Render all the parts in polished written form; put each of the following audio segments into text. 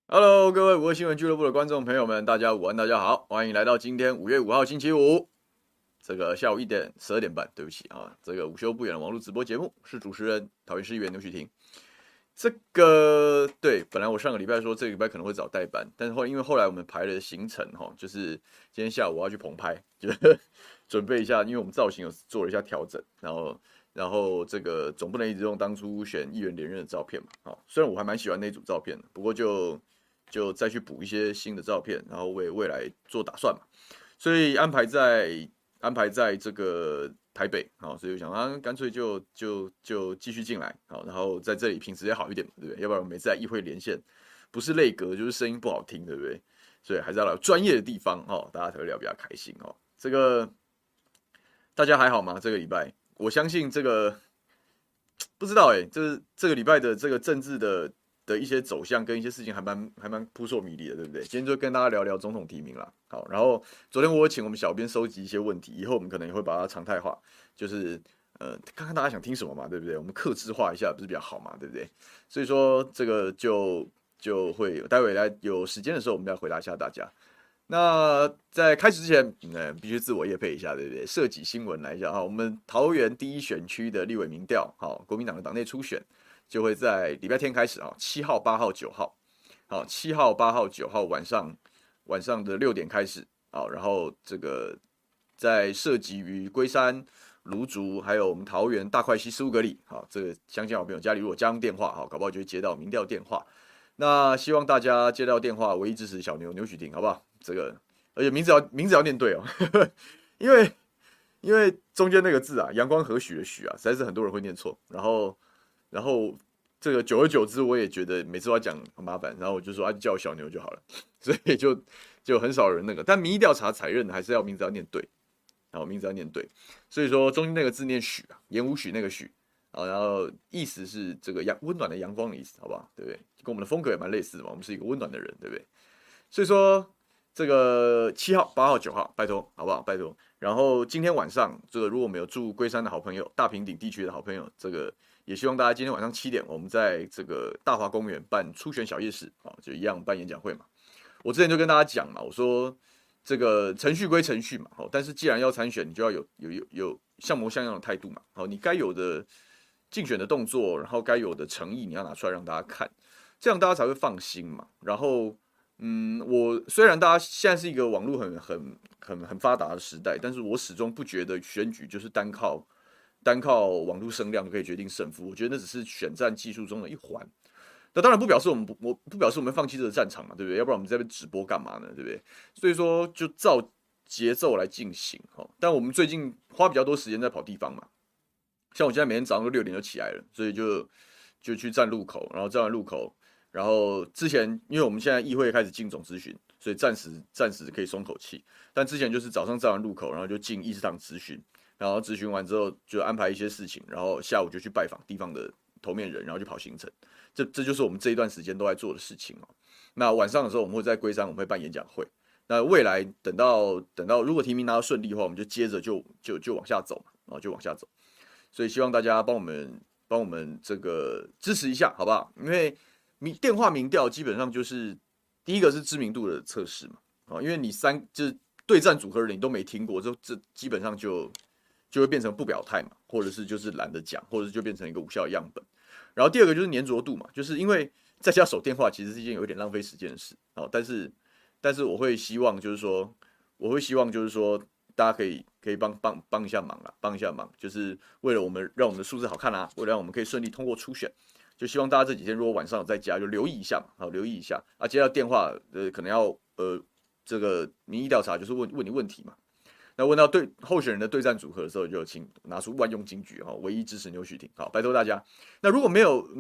Hello，各位五二新闻俱乐部的观众朋友们，大家午安，大家好，欢迎来到今天5月5号星期五，这个下午12点半，对不起啊，这个午休不远的网络直播节目，是主持人桃园市议员刘许婷。这个对，本来我上个礼拜说这个礼拜可能会找代班，但是因为后来我们排了行程哈，就是今天下午我要去棚拍，就是准备一下，因为我们造型有做了一下调整，然后这个总不能一直用当初选议员连任的照片嘛，好，虽然我还蛮喜欢那组照片的，不过就再去补一些新的照片，然后为未来做打算嘛。所以安排在这个台北，好，所以我想啊，干脆就继续进来，好，然后在这里品质也好一点嘛，对不对？要不然我每次在议会连线，不是内阁就是声音不好听，对不对？所以还是要来专业的地方哦，大家才会聊比较开心哦。这个大家还好吗？这个礼拜，我相信这个不知道这个礼拜的这个政治的一些走向跟一些事情还蛮扑朔迷离的，对不对？今天就跟大家聊聊总统提名啦。好，然后昨天我有请我们小编收集一些问题，以后我们可能也会把它常态化，就是看看大家想听什么嘛，对不对？我们客制化一下不是比较好嘛，对不对？所以说这个就会待会来有时间的时候，我们再回答一下大家。那在开始之前，必须自我业配一下，对不对？涉及新闻来一下哈，我们桃园第一选区的立委民调，好，国民党的党内初选就会在礼拜天开始啊，7号、8号、9号，好，7号、8号、9号晚上的6点开始，好，然后这个在涉及于龟山、芦竹，还有我们桃园大块溪15个里，好，这个相信好朋友家里如果家用电话，好，搞不好就会接到民调电话。那希望大家接到电话，唯一支持小牛许婷，好不好？这个，而且名字要念对哦，因为中间那个字啊，阳光何许的许啊，实在是很多人会念错。然后这个久而久之，我也觉得每次我要讲很麻烦，然后我就说啊，就叫我小牛就好了，所以就很少人那个。但民意调查采认的还是要名字要念对，然后名字要念对。所以说中间那个字念许啊，言无许那个许。啊，然后意思是这个温暖的阳光的意思，好不好？对不对？跟我们的风格也蛮类似的嘛，我们是一个温暖的人，对不对？所以说这个7号、8号、9号，拜托，好不好？拜托。然后今天晚上，这个如果我们有住龟山的好朋友、大平顶地区的好朋友，这个也希望大家今天晚上7点，我们在这个大华公园办初选小夜市啊，就一样办演讲会嘛。我之前就跟大家讲嘛，我说这个程序归程序嘛，但是既然要参选，你就要有像模像样的态度嘛，好，你该有的竞选的动作，然后该有的诚意，你要拿出来让大家看，这样大家才会放心嘛。然后，我虽然大家现在是一个网络很发达的时代，但是我始终不觉得选举就是单靠网络声量就可以决定胜负。我觉得那只是选战技术中的一环。那当然不表示我不表示我们放弃这个战场嘛，对不对？要不然我们在这边直播干嘛呢？对不对？所以说就照节奏来进行哈。但我们最近花比较多时间在跑地方嘛，像我现在每天早上都6点就起来了，所以就去站路口，然后站完路口，然后之前因为我们现在议会开始进总咨询，所以暂时可以松口气。但之前就是早上站完路口，然后就进议事堂咨询，然后咨询完之后就安排一些事情，然后下午就去拜访地方的头面人，然后就跑行程。这就是我们这一段时间都在做的事情哦。那晚上的时候，我们会在龟山，我们会办演讲会。那未来等到如果提名拿到顺利的话，我们就接着就往下走嘛，就往下走。所以希望大家帮我们这个支持一下，好不好？因为电话民调基本上就是第一个是知名度的测试嘛，因为你就是对战组合人你都没听过，这基本上就会变成不表态嘛，或者是就是懒得讲，或者是就变成一个无效的样本。然后第二个就是粘着度嘛，就是因为在家守电话其实是一件有点浪费时间的事，但是我会希望就是说，大家可以帮一下忙啦，帮一下忙，就是为了让我们的数字好看啊，为了让我们可以顺利通过初选，就希望大家这几天如果晚上有在家就留意一下嘛，好，留意一下啊，接到电话可能要这个民意调查就是问你问题嘛。那问到候选人的对战组合的时候，就请拿出万用金句哈，唯一支持牛许婷，好，拜托大家。那如果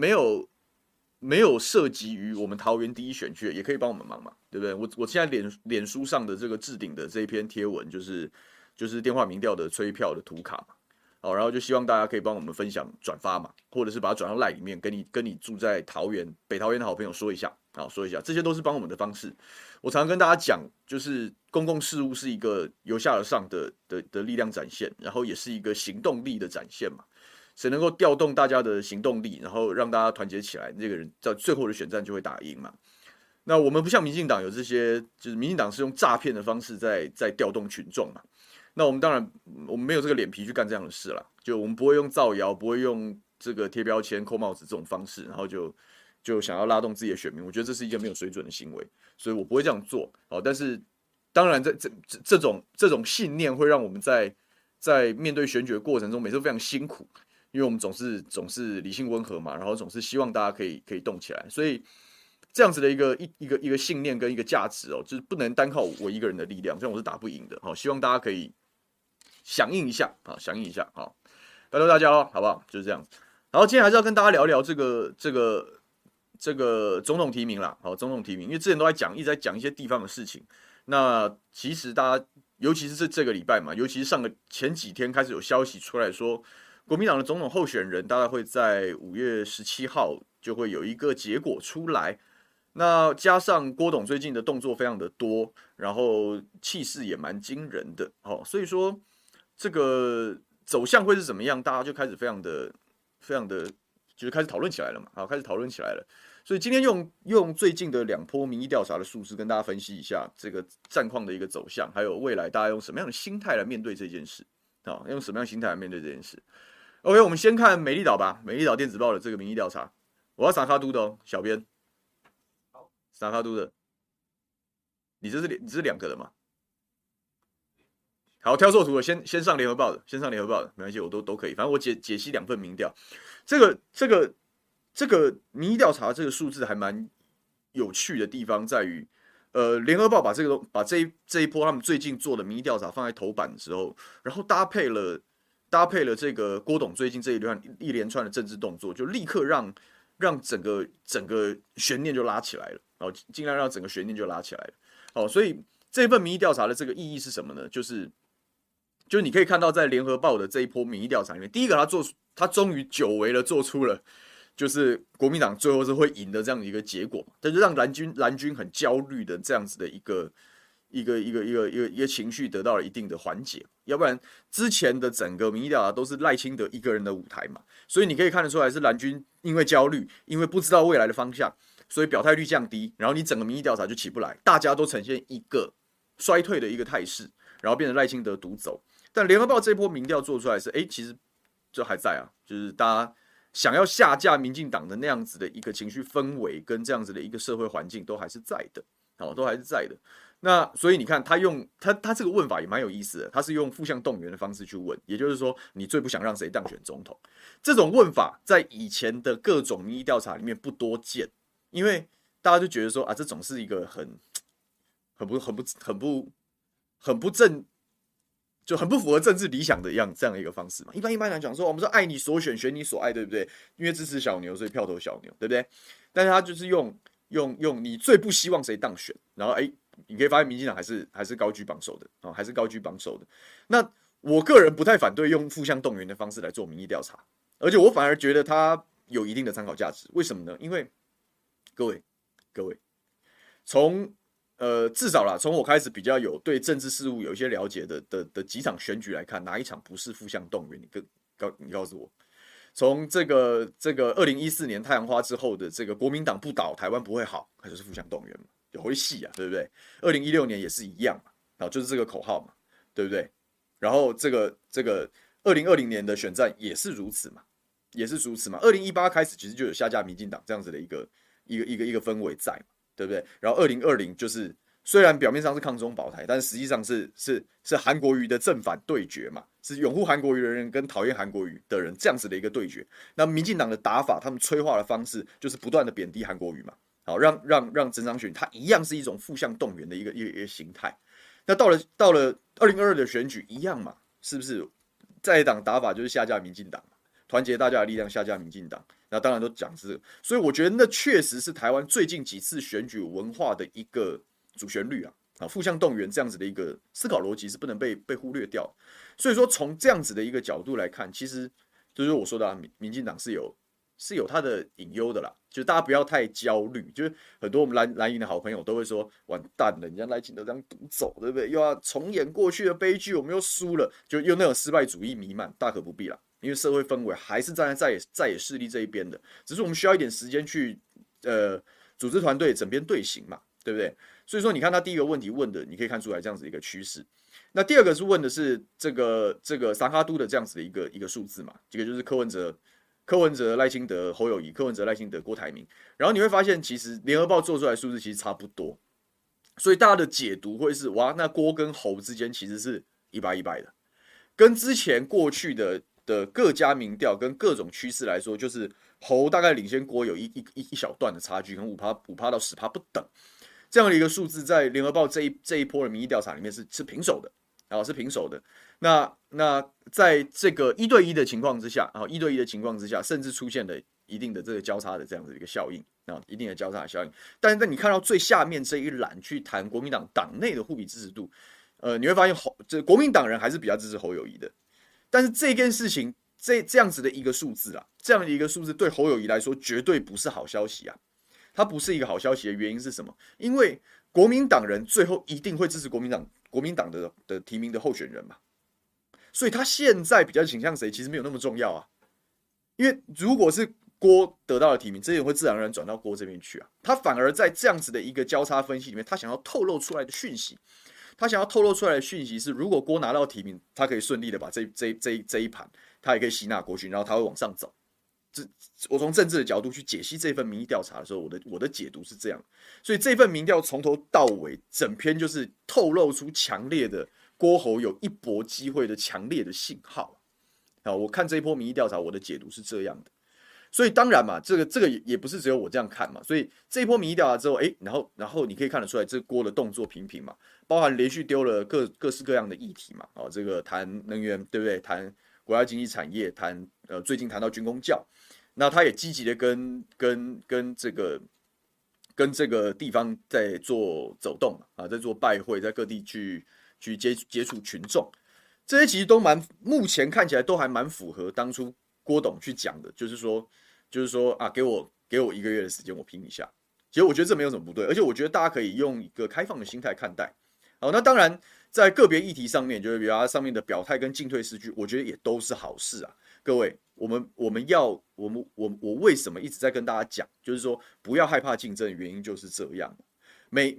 没有涉及于我们桃园第一选区，也可以帮我们忙嘛，对不对？我现在脸书上的这个置顶的这一篇贴文，就是电话民调的催票的图卡嘛，好，然后就希望大家可以帮我们分享转发嘛，或者是把它转到 LINE 里面，跟你住在北桃园的好朋友说一下，好，说一下，这些都是帮我们的方式。我常常跟大家讲，就是公共事务是一个由下而上的力量展现，然后也是一个行动力的展现嘛。谁能够调动大家的行动力，然后让大家团结起来，这个人在最后的选战就会打赢嘛。 那我们不像民进党有这些，就是民进党是用诈骗的方式在调动群众嘛。那我们当然我们没有这个脸皮去干这样的事啦，就我们不会用造谣，不会用这个贴标签、扣帽子这种方式，然后就想要拉动自己的选民。我觉得这是一个没有水准的行为，所以我不会这样做。好，但是当然这种信念会让我们在面对选举的过程中，每次都非常辛苦，因为我们总是理性温和嘛，然后总是希望大家可以动起来，所以这样子的一个信念跟一个价值哦，就是不能单靠我一个人的力量，这样我是打不赢的。好，希望大家可以响应一下啊，响应一下，好，拜托大家喽，好不好？就是这样。然后今天还是要跟大家聊聊这个总统提名啦，好，总统提名，因为之前都一直在讲一些地方的事情。那其实大家，尤其是这个礼拜嘛，尤其是前几天开始有消息出来说，国民党的总统候选人大概会在5月17号就会有一个结果出来。那加上郭董最近的动作非常的多，然后气势也蛮惊人的，所以说这个走向会是怎么样，大家就开始非常的，就是开始讨论起来了嘛，好，开始讨论起来了。所以今天用最近的2波民意调查的数字跟大家分析一下这个战况的一个走向，还有未来大家用什么样的心态来面对这件事啊？用什么样的心态来面对这件事 ？OK， 我们先看美丽岛吧，美丽岛电子报的这个民意调查，我要撒卡都的哦，小编。撒卡都的，你这是2个的吗？好，挑错图了，先上联合报的，没关系，我都可以，反正我解析2份民调。这个民意调查这个数字还蛮有趣的地方在于，联合报把这一波他们最近做的民意调查放在头版的时候，然后搭配了这个郭董最近这一连串的政治动作，就立刻让整个悬念就拉起来了，然后尽量让整个悬念就拉起来了。好，所以这份民意调查的这个意义是什么呢？就是你可以看到，在联合报的这一波民意调查里面，第一个他终于久违了做出了，就是国民党最后是会赢的这样的一个结果，但就让蓝军很焦虑的这样子的一个情绪得到了一定的缓解，要不然之前的整个民意调查都是赖清德一个人的舞台嘛，所以你可以看得出来是蓝军因为焦虑，因为不知道未来的方向，所以表态率降低，然后你整个民意调查就起不来，大家都呈现一个衰退的一个态势，然后变成赖清德独走。但联合报这波民调做出来是，其实就还在啊，就是大家想要下架民进党的那样子的一个情绪氛围跟这样子的一个社会环境都还是在的，都还是在的。那所以你看，他这个问法也蛮有意思的，他是用负向动员的方式去问，也就是说，你最不想让谁当选总统？这种问法在以前的各种民意调查里面不多见，因为大家就觉得说啊，这总是一个很不符合政治理想的这样的一个方式嘛。一般来讲说，我们说爱你所选，选你所爱，对不对？因为支持小牛，所以票投小牛，对不对？但是他就是用你最不希望谁当选，然后你可以发现民进党还是高居榜首的，还是高居榜首的。那我个人不太反对用负向动员的方式来做民意调查，而且我反而觉得它有一定的参考价值。为什么呢？因为各位，至少啦，从我开始比较有对政治事务有一些了解的几场选举来看，哪一场不是负向动员？你告诉我。从这个2014年太阳花之后的这个国民党不倒，台湾不会好，它就是负向动员嘛，有回戏啊，对不对？2016年也是一样嘛，就是这个口号嘛，对不对？然后这个2020年的选战也是如此嘛，2018开始其实就有下架民进党这样子的一个氛围在嘛。对不对？然后2020就是虽然表面上是抗中保台，但实际上是韩国瑜的正反对决嘛，是拥护韩国瑜的人跟讨厌韩国瑜的人这样子的一个对决。那民进党的打法，他们催化的方式就是不断的贬低韩国瑜嘛，好让整场选举它一样是一种负向动员的一个形态。那到了2022的选举一样嘛，是不是？在野党打法就是下架民进党嘛，团结大家的力量下架民进党。那当然都讲这个，所以我觉得那确实是台湾最近几次选举文化的一个主旋律啊，负向动员这样子的一个思考逻辑是不能被忽略掉。所以说从这样子的一个角度来看，其实就是我说的民进党是有它的隐忧的啦，就是大家不要太焦虑，就是很多我们蓝营的好朋友都会说完蛋了，人家赖清德这样独走，对不对？又要重演过去的悲剧，我们又输了，就又那种失败主义弥漫，大可不必啦。因为社会氛围还是站在在野势力这一边的，只是我们需要一点时间去组织团队整编队形嘛，对不对？所以说你看他第一个问题问的，你可以看出来这样子的一个趋势。那第二个是问的是这个三哈都的这样子的一个数字嘛，这个就是柯文哲、赖清德、侯友宜、柯文哲、赖清德、郭台铭，然后你会发现其实联合报做出来的数字其实差不多，所以大家的解读会是哇，那郭跟侯之间其实是100-100的，跟之前过去的各家民调跟各种趋势来说，就是侯大概领先郭有一小段的差距，可能5%到10%不等。这样的一个数字，在联合报这一波的民意调查里面是平手的，是平手的。那在这个1对1的情况之下，1对1的情况之下，甚至出现了一定的这个交叉的这样的一个效应，一定的交叉的效应。但是你看到最下面这一栏去谈国民党党内的互比支持度，你会发现这国民党人还是比较支持侯友宜的。但是这件事情，这样子的一个数字这样的一个数字对侯友宜来说绝对不是好消息啊。它不是一个好消息的原因是什么？因为国民党人最后一定会支持国民党的提名的候选人嘛，所以他现在比较倾向谁，其实没有那么重要啊。因为如果是郭得到的提名，这也会自然而然转到郭这边去啊。他反而在这样子的一个交叉分析里面，他想要透露出来的讯息，是，如果郭拿到提名，他可以顺利的把这一盘，他也可以吸纳过去，然后他会往上走。我从政治的角度去解析这份民意调查的时候，我的解读是这样，所以这份民调从头到尾，整篇就是透露出强烈的郭侯有一搏机会的强烈的信号。我看这一波民意调查，我的解读是这样的。所以当然嘛，这个也不是只有我这样看嘛。所以这一波民意调查之后，然后你可以看得出来，这郭的动作频频嘛，包含连续丢了各式各样的议题嘛。这个谈能源，对不对？谈国家经济产业，谈最近谈到军公教。那他也积极的跟这个地方在做走动在做拜会，在各地去接触群众，这些其实都目前看起来都还蛮符合当初郭董去讲的，就是说给我1个月的时间，我拼一下。其实我觉得这没有什么不对，而且我觉得大家可以用一个开放的心态看待。那当然在个别议题上面，就是比如它上面的表态跟进退失据，我觉得也都是好事啊。各位，我为什么一直在跟大家讲，就是说不要害怕竞争的原因就是这样。每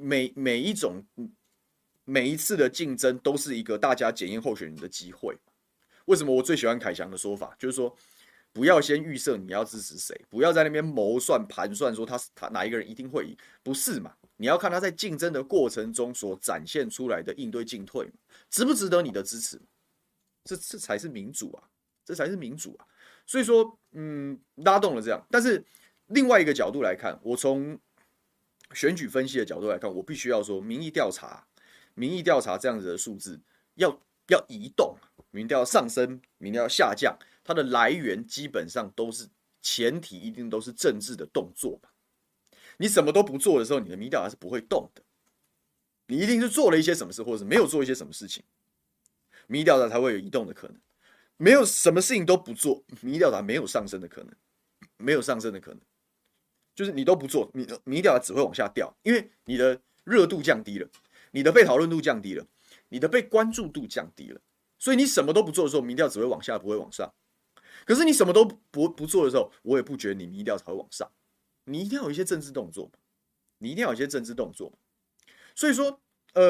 一次的竞争都是一个大家检验候选人的机会。为什么我最喜欢凯翔的说法，就是说不要先预设你要支持谁，不要在那边谋算盘算说他哪一个人一定会赢，不是嘛？你要看他在竞争的过程中所展现出来的应对进退，值不值得你的支持？这才是民主啊！这才是民主啊！所以说，拉动了这样。但是另外一个角度来看，我从选举分析的角度来看，我必须要说，民意调查这样子的数字要移动，民调上升，民调下降，它的来源基本上都是前提，一定都是政治的动作嘛。你什么都不做的时候，你的民调还是不会动的。你一定是做了一些什么事，或者是没有做一些什么事情，民意调查才会有移动的可能。没有什么事情都不做，民意调查没有上升的可能，就是你都不做，民意调查只会往下掉，因为你的热度降低了，你的被讨论度降低了，你的被关注度降低了，所以你什么都不做的时候，民调只会往下，不会往上。可是你什么都不做的时候，我也不觉得你民调才会往上。你一定要有一些政治动作，所以说，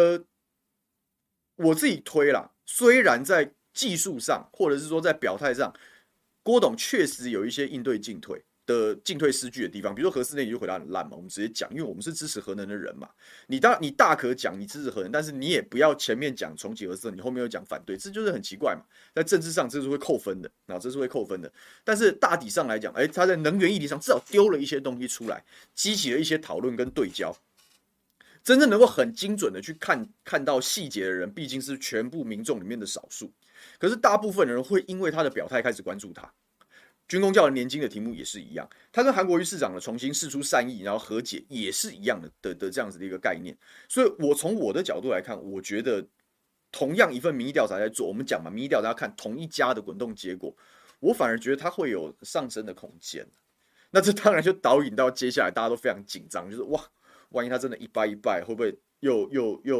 我自己推啦，虽然在技术上，或者是说在表态上，郭董确实有一些应对进退失据的地方，比如说核四那你就回答很烂嘛，我们直接讲，因为我们是支持核能的人嘛，你大可讲你支持核能，但是你也不要前面讲重启核四，你后面又讲反对，这就是很奇怪嘛，在政治上这是会扣分的，但是大体上来讲，他在能源议题上至少丢了一些东西出来，激起了一些讨论跟对焦。真正能够很精准的去看到细节的人，毕竟是全部民众里面的少数。可是大部分人会因为他的表态开始关注他。军公教的年金的题目也是一样，他跟韩国瑜市长的重新释出善意，然后和解也是一样的这样子的一个概念。所以我从我的角度来看，我觉得同样一份民意调查在做，我们讲嘛，民意调查要看同一家的滚动结果，我反而觉得它会有上升的空间。那这当然就导引到接下来大家都非常紧张，就是哇，万一他真的1败1败，会不会又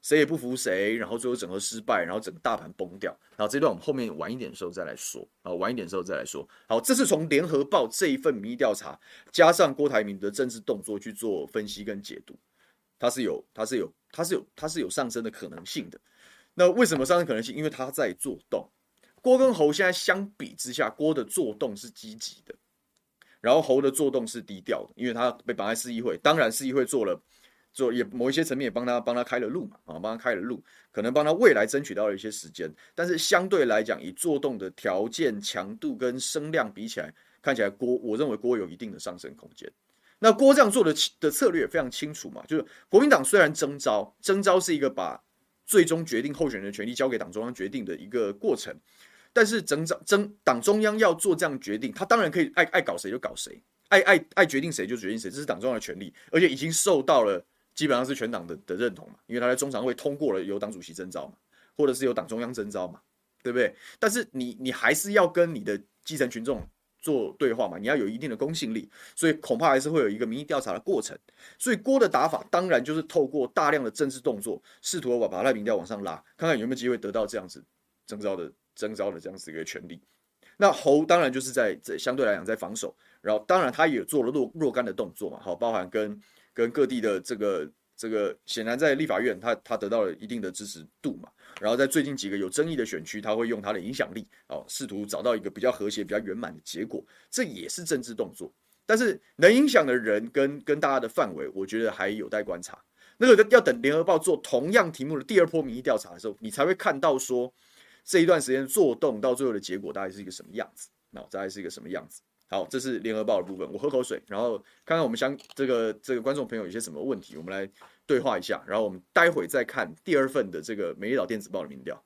谁也不服谁，然后最后整合失败，然后整个大盘崩掉。然后这段我们后面晚一点的时候再来说，晚一点的时候再来说。好，这是从联合报这一份民意调查加上郭台铭的政治动作去做分析跟解读，它是有上升的可能性的。那为什么上升可能性？因为它在做动。郭跟侯现在相比之下，郭的做动是积极的，然后侯的做动是低调的，因为他被绑在市议会，当然市议会做也某一些层面也帮他开了路嘛，帮他开了路，可能帮他未来争取到了一些时间，但是相对来讲，以做动的条件、强度跟声量比起来，看起来我认为郭有一定的上升空间。那郭这样做的策略也非常清楚嘛，就是国民党虽然征召是一个把最终决定候选人的权利交给党中央决定的一个过程。但是党中央要做这样决定，他当然可以爱搞谁就搞谁，爱决定谁就决定谁，这是党中央的权利，而且已经受到了基本上是全党的认同嘛，因为他在中常会通过了由党主席征召嘛，或者是由党中央征召嘛，对不对？但是你还是要跟你的基层群众做对话嘛，你要有一定的公信力，所以恐怕还是会有一个民意调查的过程。所以郭的打法当然就是透过大量的政治动作，试图把赖民调往上拉，看看有没有机会得到这样子征召的这样子一个权利。那侯当然就是在相对来讲在防守，然后当然他也做了若干的动作嘛，好，包含跟各地的这个显然在立法院他得到了一定的支持度嘛，然后在最近几个有争议的选区，他会用他的影响力，试图找到一个比较和谐、比较圆满的结果，这也是政治动作。但是能影响的人跟大家的范围，我觉得还有待观察。那个要等联合报做同样题目的第二波民意调查的时候，你才会看到说这一段时间做动到最后的结果大概是一个什么样子。大概是一个什么样子。好，这是联合报的部分，我喝口水，然后看看我们这个观众朋友有些什么问题，我们来对话一下，然后我们待会再看第二份的这个美丽岛电子报的民调。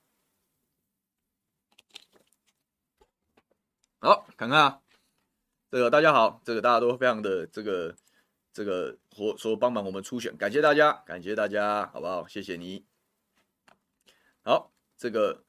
好，看看啊，这个大家好，这个大家都非常的这个说帮忙我们初选，感谢大家，感谢大家，好不好？谢谢你。好，这个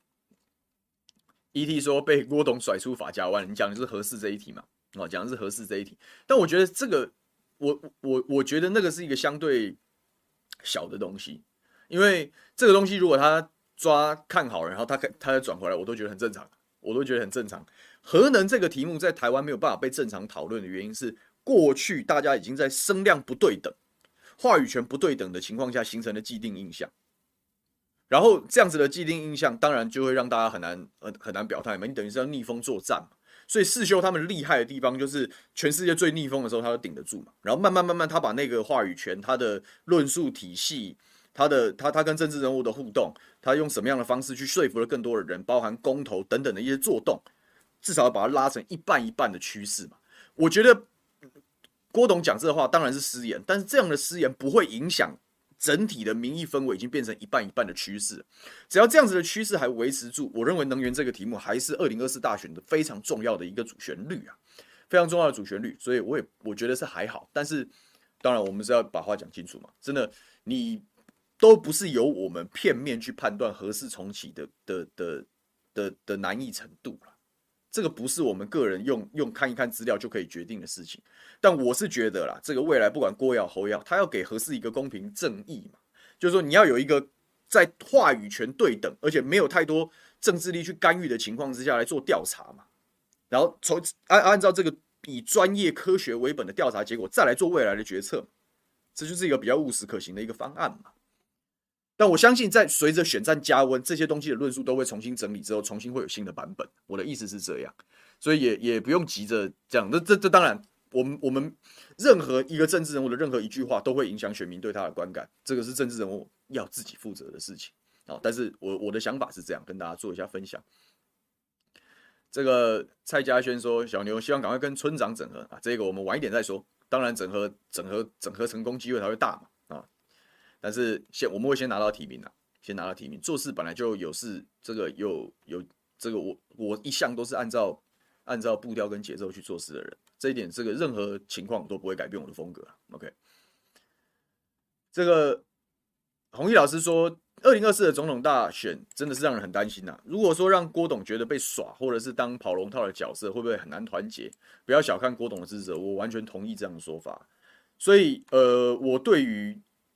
ET 说被郭董甩出法家湾，你讲的是核四这一题嘛？讲的是核四这一题，但我觉得这个，我觉得那个是一个相对小的东西，因为这个东西如果他看好，然后他再转回来，我都觉得很正常，核能这个题目在台湾没有办法被正常讨论的原因是，过去大家已经在声量不对等、话语权不对等的情况下形成了既定印象。然后这样子的既定印象，当然就会让大家很难表态嘛。你等于是要逆风作战嘛。所以世修他们厉害的地方，就是全世界最逆风的时候，他都顶得住嘛。然后慢慢，他把那个话语权、他的论述体系、他跟政治人物的互动，他用什么样的方式去说服了更多的人，包含公投等等的一些作动，至少要把它拉成一半一半的趋势嘛。我觉得郭董讲这话当然是失言，但是这样的失言不会影响整体的民意氛围已经变成一半一半的趋势，只要这样子的趋势还维持住，我认为能源这个题目还是2024大选的非常重要的一个主旋律啊，非常重要的主旋律，所以我觉得是还好，但是当然我们是要把话讲清楚嘛，真的你都不是由我们片面去判断核四重启的难易程度了。这个不是我们个人用看一看资料就可以决定的事情，但我是觉得啦，这个未来不管郭也好侯也好，他要给核四一个公平正义嘛，就是说你要有一个在话语权对等，而且没有太多政治力去干预的情况之下来做调查嘛，然后按照这个以专业科学为本的调查结果再来做未来的决策，这就是一个比较务实可行的一个方案嘛。但我相信，在随着选战加温，这些东西的论述都会重新整理之后，重新会有新的版本。我的意思是这样，所以也不用急着这样。这当然，我们任何一个政治人物的任何一句话都会影响选民对他的观感，这个是政治人物要自己负责的事情。但是我的想法是这样，跟大家做一下分享。这个蔡嘉轩说，小牛希望赶快跟村长整合啊，这个我们晚一点再说。当然，整合成功机会才会大嘛。但是我们会先拿到提名啊，先拿到提名。做事本来就有事，这个有这个我一向都是按照步调跟节奏去做事的人，这一点这个任何情况都不会改变我的风格。OK， 这个弘毅老师说，2024的总统大选真的是让人很担心啊。如果说让郭董觉得被耍，或者是当跑龙套的角色，会不会很难团结？不要小看郭董的支持者，我完全同意这样的说法。所以我对于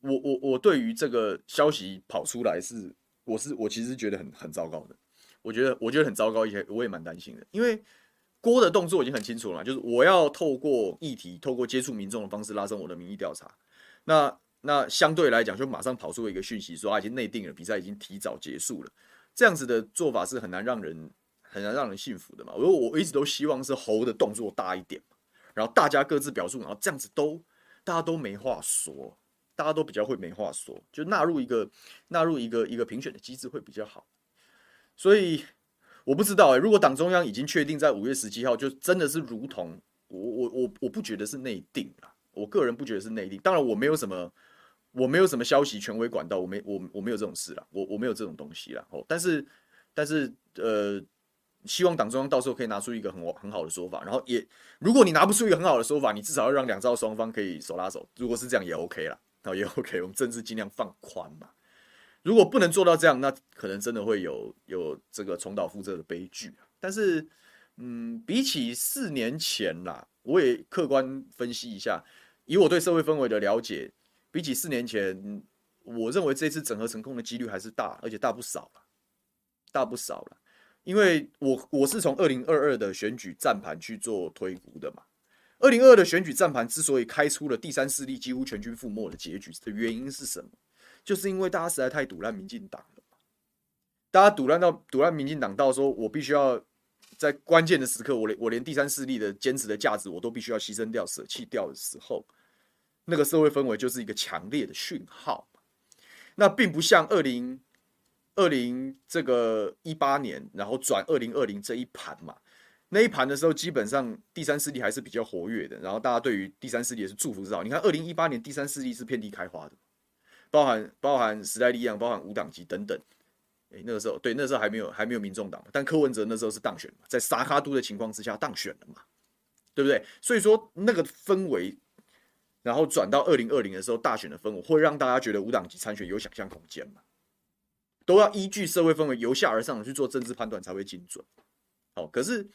我对于这个消息跑出来我其实觉得很糟糕的，我觉得很糟糕，我也蛮担心的，因为郭的动作已经很清楚了嘛，就是我要透过议题、透过接触民众的方式拉升我的民意调查。那相对来讲，就马上跑出了一个讯息说，已经内定了，比赛已经提早结束了。这样子的做法是很难让人信服的嘛。我一直都希望是侯的动作大一点，然后大家各自表述，然后这样子大家都没话说，大家都比较会没话说，就纳入一个评选的机制会比较好。所以我不知道如果党中央已经确定在5月17号，就真的是如同我不觉得是内定啦，我个人不觉得是内定。当然我没有什么消息权威管道，我没有这种事啦，我没有这种东西啦。但是希望党中央到时候可以拿出一个很好的说法，然后如果你拿不出一个很好的说法，你至少要让两造双方可以手拉手，如果是这样也 OK 啦，也 OK， 我们政治尽量放宽嘛。如果不能做到这样，那可能真的会有这个重蹈覆辙的悲剧。但是，比起4年前啦，我也客观分析一下，以我对社会氛围的了解，比起4年前，我认为这次整合成功的几率还是大，而且大不少了，大不少了。因为我是从2022的选举战盘去做推估的嘛。2022的选举战盘之所以开出了第三势力几乎全军覆没的结局的原因是什么？就是因为大家实在太赌烂民进党了嘛，大家赌烂民进党到说，我必须要在关键的时刻，我连第三势力的坚持的价值我都必须要牺牲掉、舍弃掉的时候，那个社会氛围就是一个强烈的讯号。那并不像20这个18年，然后转2020这一盘嘛，那一盘的时候，基本上第三势力还是比较活跃的，然后大家对于第三势力也是祝福之好。你看2018年第三势力是遍地开花的。包含时代力量，包含无党籍等等，那个时候还没有民众党，但柯文哲那时候是当选嘛，在撒哈都的情况之下当选了嘛，对不对？所以说那个氛围，然后转到2020的时候大选的氛围，会让大家觉得无党籍参选有想象空间嘛，都要依据社会氛围由下而上的去做政治判断才会精准。好，可是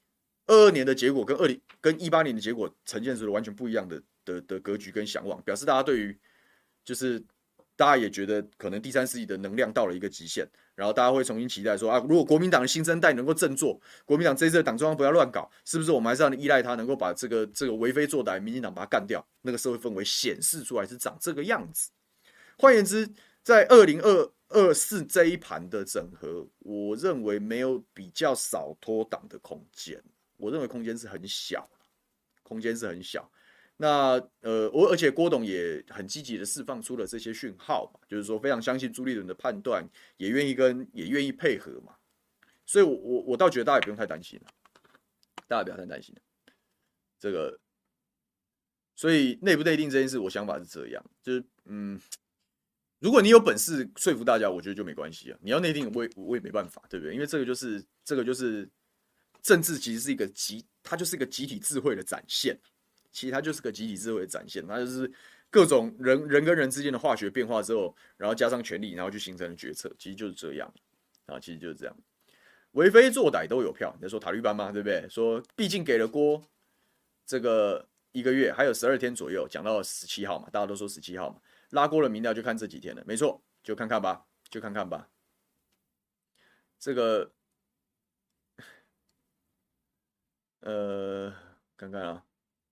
22年的结果跟18年的结果呈现出了完全不一样的格局跟想望，表示大家对于就是大家也觉得可能第三势力的能量到了一个极限，然后大家会重新期待说如果国民党的新生代能够振作，国民党这一次的党中央不要乱搞，是不是我们还是要依赖他能够把这个为非作歹民进党把它干掉？那个社会氛围显示出来是长这个样子。换言之，在2024这一盘的整合，我认为没有比较少脱党的空间，我认为空间是很小，那而且郭董也很积极的释放出了这些讯号嘛，就是说非常相信朱立伦的判断，也愿意配合嘛，所以我倒觉得大家也不用太担心了，大家不要太担心了。这个，所以内不内定这件事，我想法是这样，就是如果你有本事说服大家，我觉得就没关系啊。你要内定，我也没办法，对不对？因为这个就是政治，其实是它就是一个集体智慧的展现。其实它就是个集体智慧的展现，它就是各种人跟人之间的化学变化之后，然后加上权力，然后去形成的决策，其实就是这样啊，其实就是这样。为非作歹都有票，你在说塔利班吗？对不对？说毕竟给了郭这个1个月，还有12天左右，讲到17号嘛，大家都说17号嘛，拉郭的民调就看这几天了，没错，就看看吧。这个看看啊。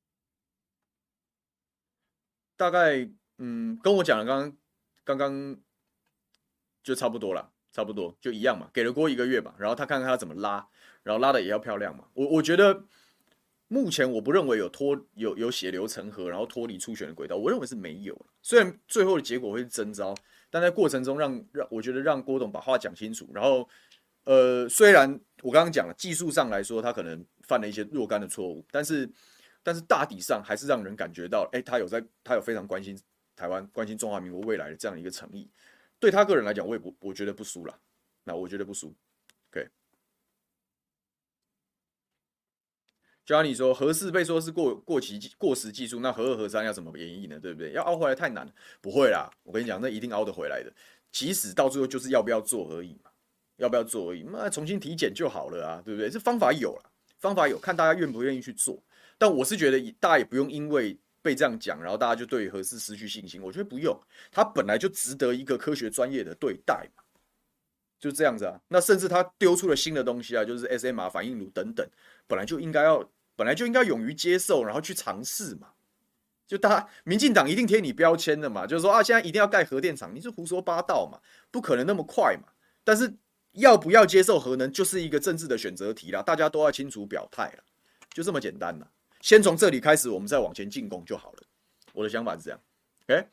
大概跟我讲的刚刚就差不多了，差不多就一样嘛，给了郭1个月嘛，然后他看看他怎么拉，然后拉的也要漂亮嘛。我觉得目前我不认为有血流成河，然后脱离初选的轨道，我认为是没有。虽然最后的结果会是征召，但在过程中我觉得让郭董把话讲清楚，然后虽然我刚刚讲了技术上来说他可能犯了一些若干的错误，但是大体上还是让人感觉到，他有非常关心台湾、关心中华民国未来的这样的一个诚意。对他个人来讲，我觉得不输啦。那我觉得不输。OK。Johnny 说，核四被说是过时技术，那核2、核3要怎么演绎呢？对不对？要凹回来太难了。不会啦，我跟你讲，那一定凹得回来的。其实到最后就是要不要做而已嘛，那重新体检就好了啊，对不对？这方法有啦，看大家愿不愿意去做。但我是觉得大家也不用因为被这样讲，然后大家就对核四失去信心。我觉得不用，他本来就值得一个科学专业的对待嘛，就这样子啊。那甚至他丢出了新的东西啊，就是 SMR 反应炉等等，本来就应该勇于接受，然后去尝试嘛。就民进党一定贴你标签的嘛，就是说啊，现在一定要盖核电厂，你是胡说八道嘛，不可能那么快嘛。但是要不要接受核能，就是一个政治的选择题啦，大家都要清楚表态啦，就这么简单啦。先从这里开始，我们再往前进攻就好了。我的想法是这样 ，OK，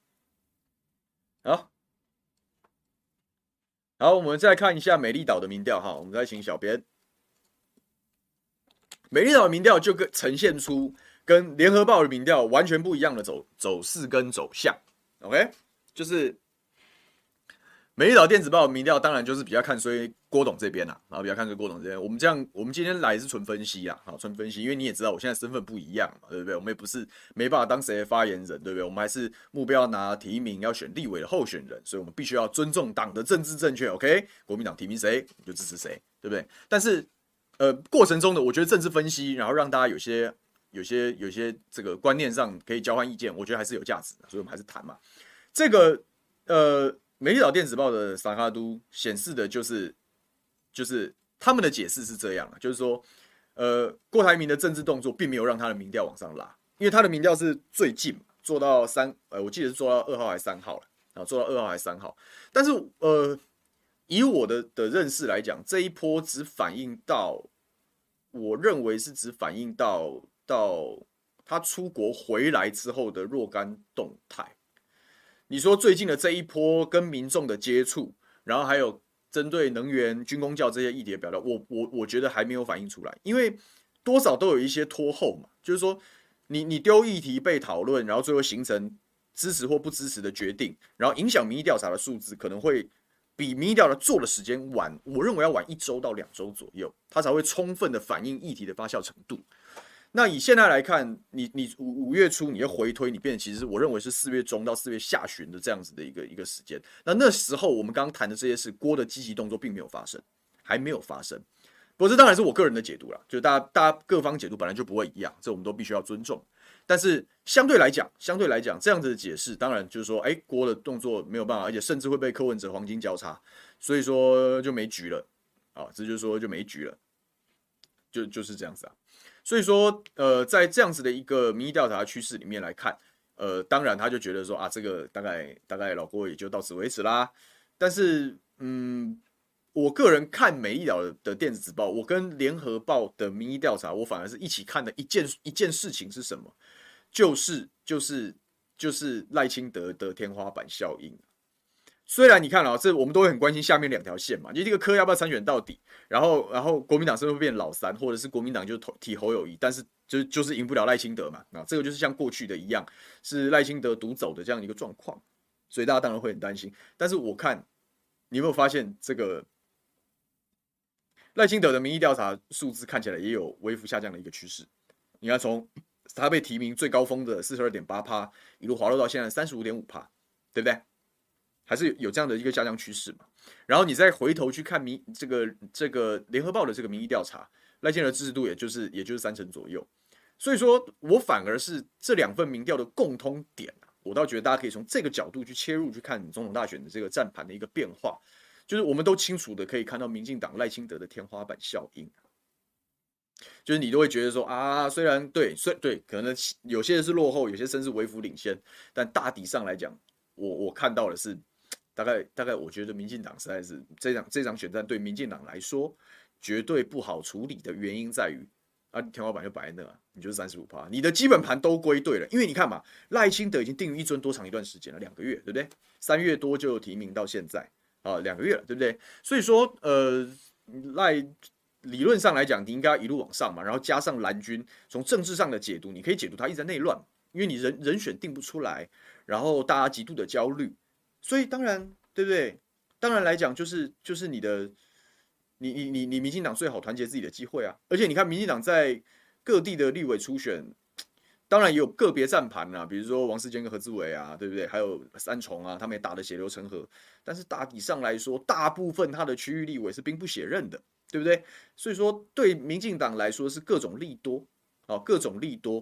好，好，我们再看一下美丽岛的民调哈，我们再请小编，美丽岛的民调就呈现出跟联合报的民调完全不一样的走势跟走向 ，OK， 就是美丽岛电子报的民调当然就是比较看衰郭董这边啦，然后比较看衰郭董这边。我们今天来是纯分析啊，好，纯分析，因为你也知道我现在身份不一样嘛，对不对？我们也不是没办法当谁的发言人，对不对？我们还是目标拿提名，要选立委的候选人，所以我们必须要尊重党的政治正确 ，OK？ 国民党提名谁，你就支持谁，对不对？但是过程中的我觉得政治分析，然后让大家有些这个观念上可以交换意见，我觉得还是有价值的，所以我们还是谈嘛。这个美丽岛电子报的萨卡都显示的就是他们的解释是这样，就是说，郭台铭的政治动作并没有让他的民调往上拉，因为他的民调是最近做到我记得是做到2号还是3号了，啊，做到2号还是3号，但是以我的认识来讲，这一波只反映到，我认为是只反映到他出国回来之后的若干动态。你说最近的这一波跟民众的接触，然后还有针对能源、军公教这些议题的表达，我觉得还没有反映出来，因为多少都有一些拖后嘛，就是说你丢议题被讨论，然后最后形成支持或不支持的决定，然后影响民意调查的数字可能会比民意调查做的时间晚，我认为要晚1周到2周左右，它才会充分的反映议题的发酵程度。那以现在来看，你5月初你要回推，你变成其实我认为是4月中到4月下旬的这样子的一个时间。那时候我们刚刚谈的这些事，郭的积极动作并没有发生，还没有发生。不过这当然是我个人的解读啦，就大家各方解读本来就不会一样，这我们都必须要尊重。但是相对来讲，这样子的解释，当然就是说，郭的动作没有办法，而且甚至会被柯文哲黄金交叉，所以说就没局了啊，这就是说就没局了，就是这样子啊。所以说，在这样子的一个民意调查趋势里面来看，当然他就觉得说啊，这个大概老郭也就到此为止啦。但是，我个人看美丽岛的电子报，我跟联合报的民意调查，我反而是一起看的一件事情是什么？就是赖清德的天花板效应。虽然你看啊，这我们都会很关心下面2条线嘛，就这个柯要不要参选到底，然后国民党是不是会变老三，或者是国民党就提侯友宜，但是就是赢不了赖清德嘛，这个就是像过去的一样，是赖清德独走的这样一个状况，所以大家当然会很担心。但是我看你有没有发现，这个赖清德的民意调查数字看起来也有微幅下降的一个趋势。你看从他被提名最高峰的 42.8%， 一路滑落到现在 35.5%， 对不对？还是有这样的一个下降趋势嘛？然后你再回头去看这个联合报的这个民意调查，赖清德的支持度也就是30%左右。所以说我反而是这2份民调的共通点，我倒觉得大家可以从这个角度去切入去看总统大选的这个战盘的一个变化，就是我们都清楚的可以看到民进党赖清德的天花板效应。就是你都会觉得说啊，虽然对，可能有些是落后，有些甚至微幅领先，但大体上来讲，我看到的是。大概，我觉得民进党实在是这场选战对民进党来说绝对不好处理的原因在于啊，天花板就摆在那，你就是35%，你的基本盘都归队了。因为你看嘛，赖清德已经定于一尊多长一段时间了，2个月，对不对？3月多就有提名到现在啊，2个月了，对不对？所以说赖理论上来讲，你应该一路往上嘛，然后加上蓝军，从政治上的解读，你可以解读他一直在内乱，因为你人选定不出来，然后大家极度的焦虑。所以当然，对不对？当然来讲，就是你民进党最好团结自己的机会啊！而且你看，民进党在各地的立委初选，当然也有个别战盘啊，比如说王世坚跟何志伟啊，对不对？还有三重啊，他们也打得血流成河。但是大体上来说，大部分他的区域立委是兵不血刃的，对不对？所以说，对民进党来说是各种利多啊，各种利多。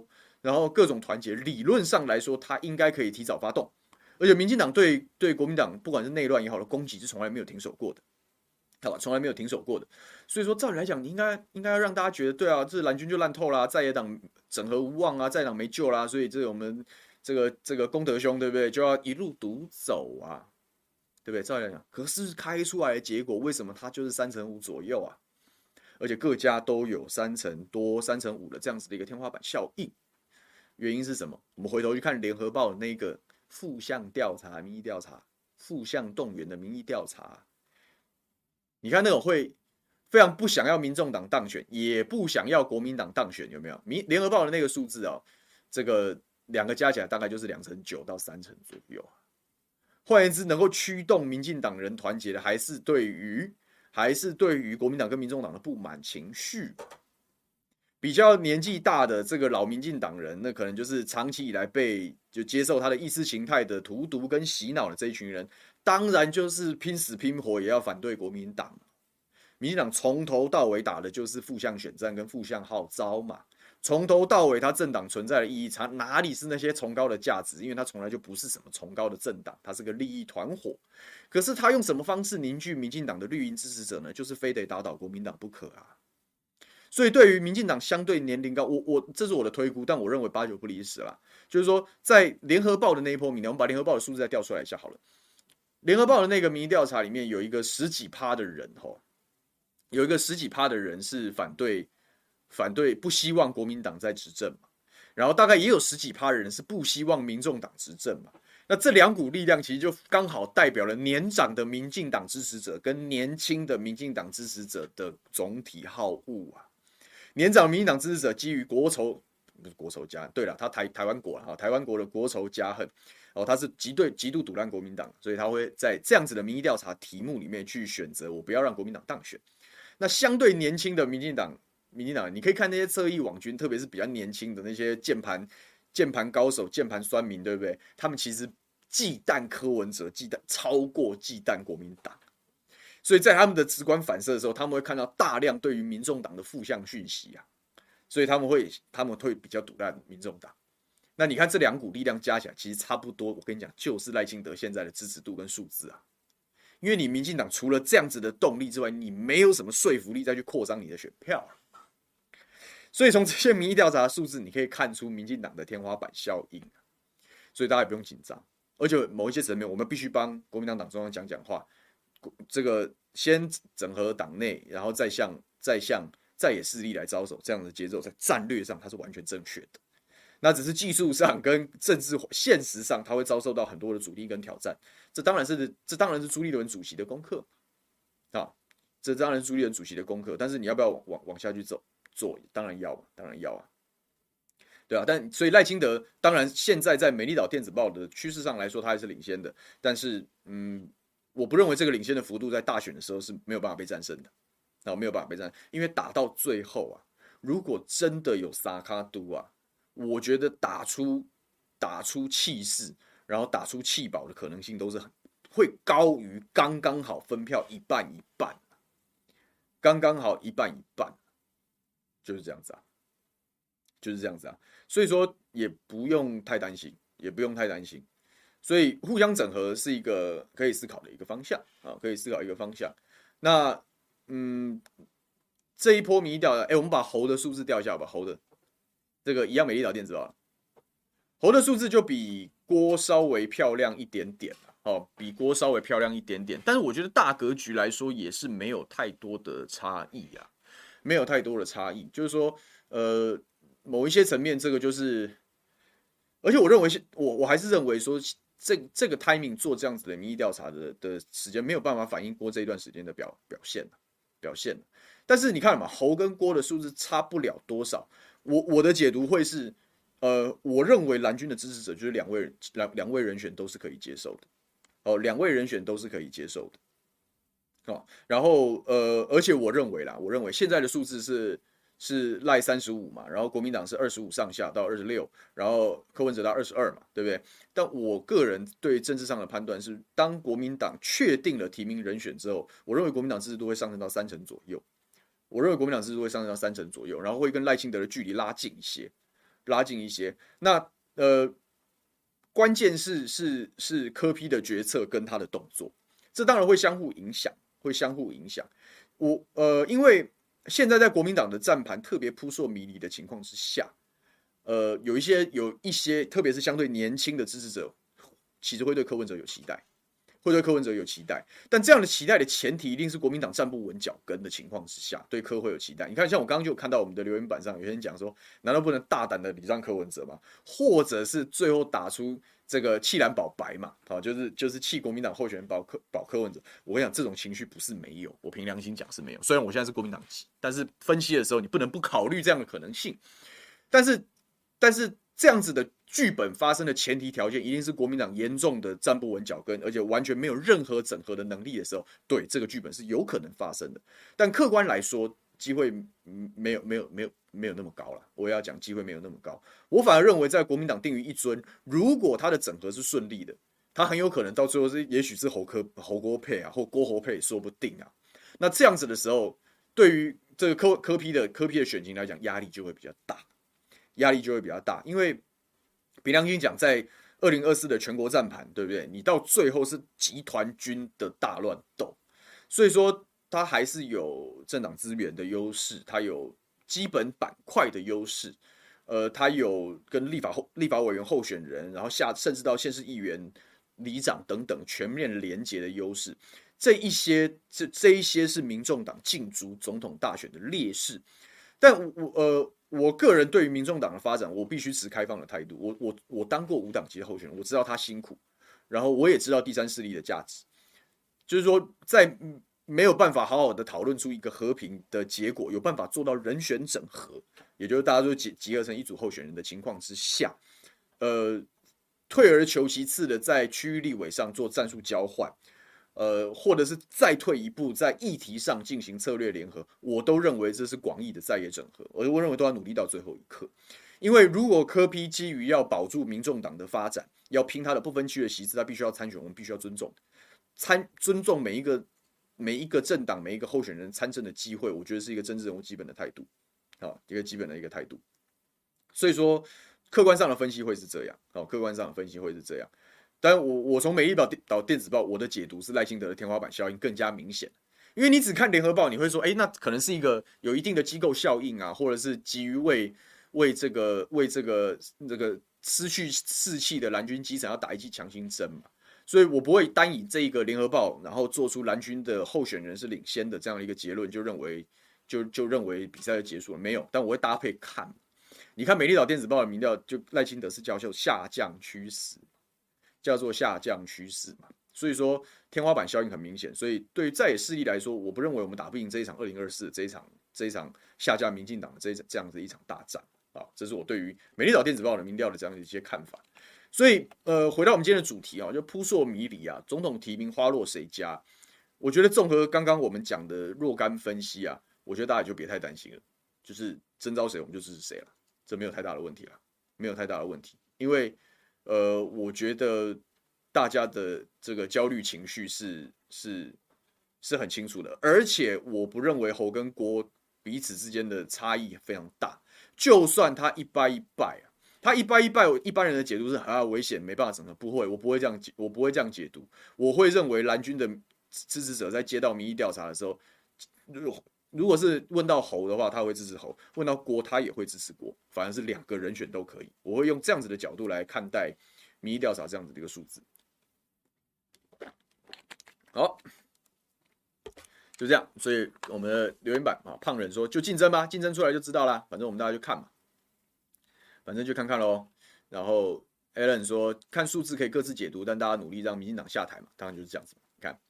然后各种团结，理论上来说，他应该可以提早发动。而且民进党对国民党不管是内乱也好的攻击是从来没有停手过的，好吧，从来没有停手过的。所以说，照理来讲，你应该要让大家觉得，对啊，这蓝军就烂透啦，在野党整合无望啊，在野党没救啦，所以这个我们这个功德兄，对不对？就要一路独走啊，对不对？照理来讲，可是开出来的结果，为什么它就是3成5左右啊？而且各家都有3成多、3成5的这样子的一个天花板效应。原因是什么？我们回头去看联合报的那个负向调查、民意调查、负向动员的民意调查，你看那种会非常不想要民众党当选，也不想要国民党当选，有没有？联合报的那个数字哦，这个两个加起来大概就是2成9到3成左右。换言之，能够驱动民进党人团结的，还是对于国民党跟民众党的不满情绪。比较年纪大的这个老民进党人，那可能就是长期以来就接受他的意识形态的荼毒跟洗脑的这一群人，当然就是拼死拼活也要反对国民党。民进党从头到尾打的就是负向选战跟负向号召嘛，从头到尾他政党存在的意义，它哪里是那些崇高的价值？因为它从来就不是什么崇高的政党，它是个利益团伙。可是他用什么方式凝聚民进党的绿营支持者呢？就是非得打倒国民党不可啊！所以对于民进党相对年龄高，这是我的推估，但我认为8、9不离十啦。就是说，在联合报的那一波民调，我们把联合报的数字再调出来一下好了。联合报的那个民意调查里面有一个10几%的人有一个10几%的人是反对不希望国民党在执政嘛，然后大概也有10几%的人是不希望民众党执政嘛。那这两股力量其实就刚好代表了年长的民进党支持者跟年轻的民进党支持者的总体好恶啊。年长民进党支持者基于不是国仇家恨，对了，他台湾国啊，台湾国的国仇家恨，他是极度堵烂国民党，所以他会在这样子的民意调查题目里面去选择我不要让国民党当选。那相对年轻的民进党，你可以看那些侧翼网军，特别是比较年轻的那些键盘高手、键盘酸民，对不对？他们其实忌惮柯文哲，超过忌惮国民党。所以在他们的直观反射的时候，他们会看到大量对于民众党的负向讯息啊，所以他们会比较堵烂民众党。那你看这两股力量加起来，其实差不多，我跟你讲，就是赖清德现在的支持度跟数字啊。因为你民进党除了这样子的动力之外，你没有什么说服力再去扩张你的选票。所以从这些民意调查的数字，你可以看出民进党的天花板效应。所以大家也不用紧张，而且某一些层面，我们必须帮国民党党中央讲话。这个先整合党内，然后再向在野势力来招手，这样的节奏在战略上它是完全正确的。那只是技术上跟政治现实上，它会遭受到很多的阻力跟挑战。这当然是朱立伦主席的功课啊，这当然是朱立伦主席的功课。但是你要不要往下去做？当然要啊，对啊。但所以赖清德当然现在在美丽岛电子报的趋势上来说，他还是领先的。但是我不认为这个领先的幅度在大选的时候是没有办法被战胜的，没有办法被战胜，因为打到最后啊，如果真的有沙卡都啊，我觉得打出气势，然后打出气保的可能性都是会高于刚刚好分票一半一半，刚刚好一半一半，就是这样子啊，所以说也不用太担心。所以互相整合是一个可以思考的一个方向啊，那这一波民意调查，我们把侯的数字调一下吧。侯的这个一样美丽岛电子报，侯的数字就比郭稍微漂亮一点点，但是我觉得大格局来说也是没有太多的差异啊，就是说某一些层面这个就是，而且我认为我还是认为说。这个 timing 做这样子的民意调查的时间没有办法反映郭这一段时间的表现，但是你看嘛，侯跟郭的数字差不了多少。我的解读会是，我认为蓝军的支持者就是两位人选都是可以接受的，两位人选都是可以接受的，然后而且我认为现在的数字是赖35嘛，然后国民党是25上下到26，然后柯文哲到22嘛，对不对？但我个人对政治上的判断是，当国民党确定了提名人选之后，我认为国民党支持度会上升到3成左右，然后会跟赖清德的距离拉近一些。 拉近一些。那关键是柯 P 的决策跟他的动作，这当然会相互影响，会相互影响。因为现在在国民党的战盘特别扑朔迷离的情况之下，有一些，特别是相对年轻的支持者，其实会对柯文哲有期待。会对柯文哲有期待，但这样的期待的前提一定是国民党站不稳脚跟的情况之下，对柯会有期待。你看，像我刚刚就有看到我们的留言板上有些人讲说，难道不能大胆的礼让柯文哲吗？或者是最后打出这个弃蓝保白嘛？好，就是弃国民党候选人保柯文哲。我跟你讲，这种情绪不是没有，我凭良心讲是没有。虽然我现在是国民党籍，但是分析的时候你不能不考虑这样的可能性。但是这样子的剧本发生的前提条件，一定是国民党严重的站不稳脚跟，而且完全没有任何整合的能力的时候，对这个剧本是有可能发生的。但客观来说，机会没有那么高了。我也要讲机会没有那么高。我反而认为，在国民党定于一尊，如果他的整合是顺利的，他很有可能到最后也许是侯郭配啊，或郭侯配，说不定啊。那这样子的时候，对于这个柯 P 的选情来讲，压力就会比较大。因为凭良心讲，在2024的全国战盘，对不对？你到最后是集团军的大乱斗，所以说它还是有政党资源的优势，它有基本板块的优势，它有跟立法委员候选人，然后甚至到县市议员、里长等等全面连结的优势。这一些是民众党竞逐总统大选的劣势，但我个人对于民众党的发展，我必须持开放的态度。我当过无党籍的候选人，我知道他辛苦，然后我也知道第三势力的价值。就是说，在没有办法好好的讨论出一个和平的结果，有办法做到人选整合，也就是大家都集合成一组候选人的情况之下，退而求其次的在区域立委上做战术交换。或者是再退一步，在议题上进行策略联合，我都认为这是广义的在野整合，我认为都要努力到最后一刻。因为如果柯 P 基于要保住民众党的发展，要拼他的不分区的席次，他必须要参选，我们必须要尊重，尊重每一个政党、每一个候选人参政的机会，我觉得是一个政治人物基本的态度，一个基本的一个态度。所以说，客观上的分析会是这样，客观上的分析会是这样。但我从美丽岛电子报，我的解读是赖清德的天花板效应更加明显，因为你只看联合报，你会说，那可能是一个有一定的机构效应啊，或者是急于为这个失去士气的蓝军基层要打一剂强心针嘛，所以我不会单以这一个联合报，然后做出蓝军的候选人是领先的这样一个结论，就认为比赛就结束了，没有，但我会搭配看，你看美丽岛电子报的民调，就赖清德是叫做下降趋势。叫做下降趋势嘛，所以说天花板效应很明显，所以对于在野势力来说，我不认为我们打不赢这一场2024这一场下架民进党的这样的一场大战啊，这是我对于美丽岛电子报的民调的这样的一些看法。所以回到我们今天的主题啊，就扑朔迷离啊，总统提名花落谁家？我觉得综合刚刚我们讲的若干分析啊，我觉得大家就别太担心了，就是征召谁我们就支持谁了，这没有太大的问题了，没有太大的问题，因为。我觉得大家的这个焦虑情绪是很清楚的，而且我不认为侯跟郭彼此之间的差异非常大。就算他一败一败啊，他一败，一般人的解读是危险，没办法整合。不会，我不会这样解读。我会认为蓝军的支持者在接到民意调查的时候，如果是问到侯的话，他会支持侯；问到郭，他也会支持郭。反而是两个人选都可以。我会用这样子的角度来看待民意调查这样子的一个数字。好，就这样。所以我们的留言板啊，胖人说就竞争吧，竞争出来就知道啦。反正我们大家就看嘛，反正就看看咯。然后 Alan 说看数字可以各自解读，但大家努力让民进党下台嘛，当然就是这样子嘛。你看。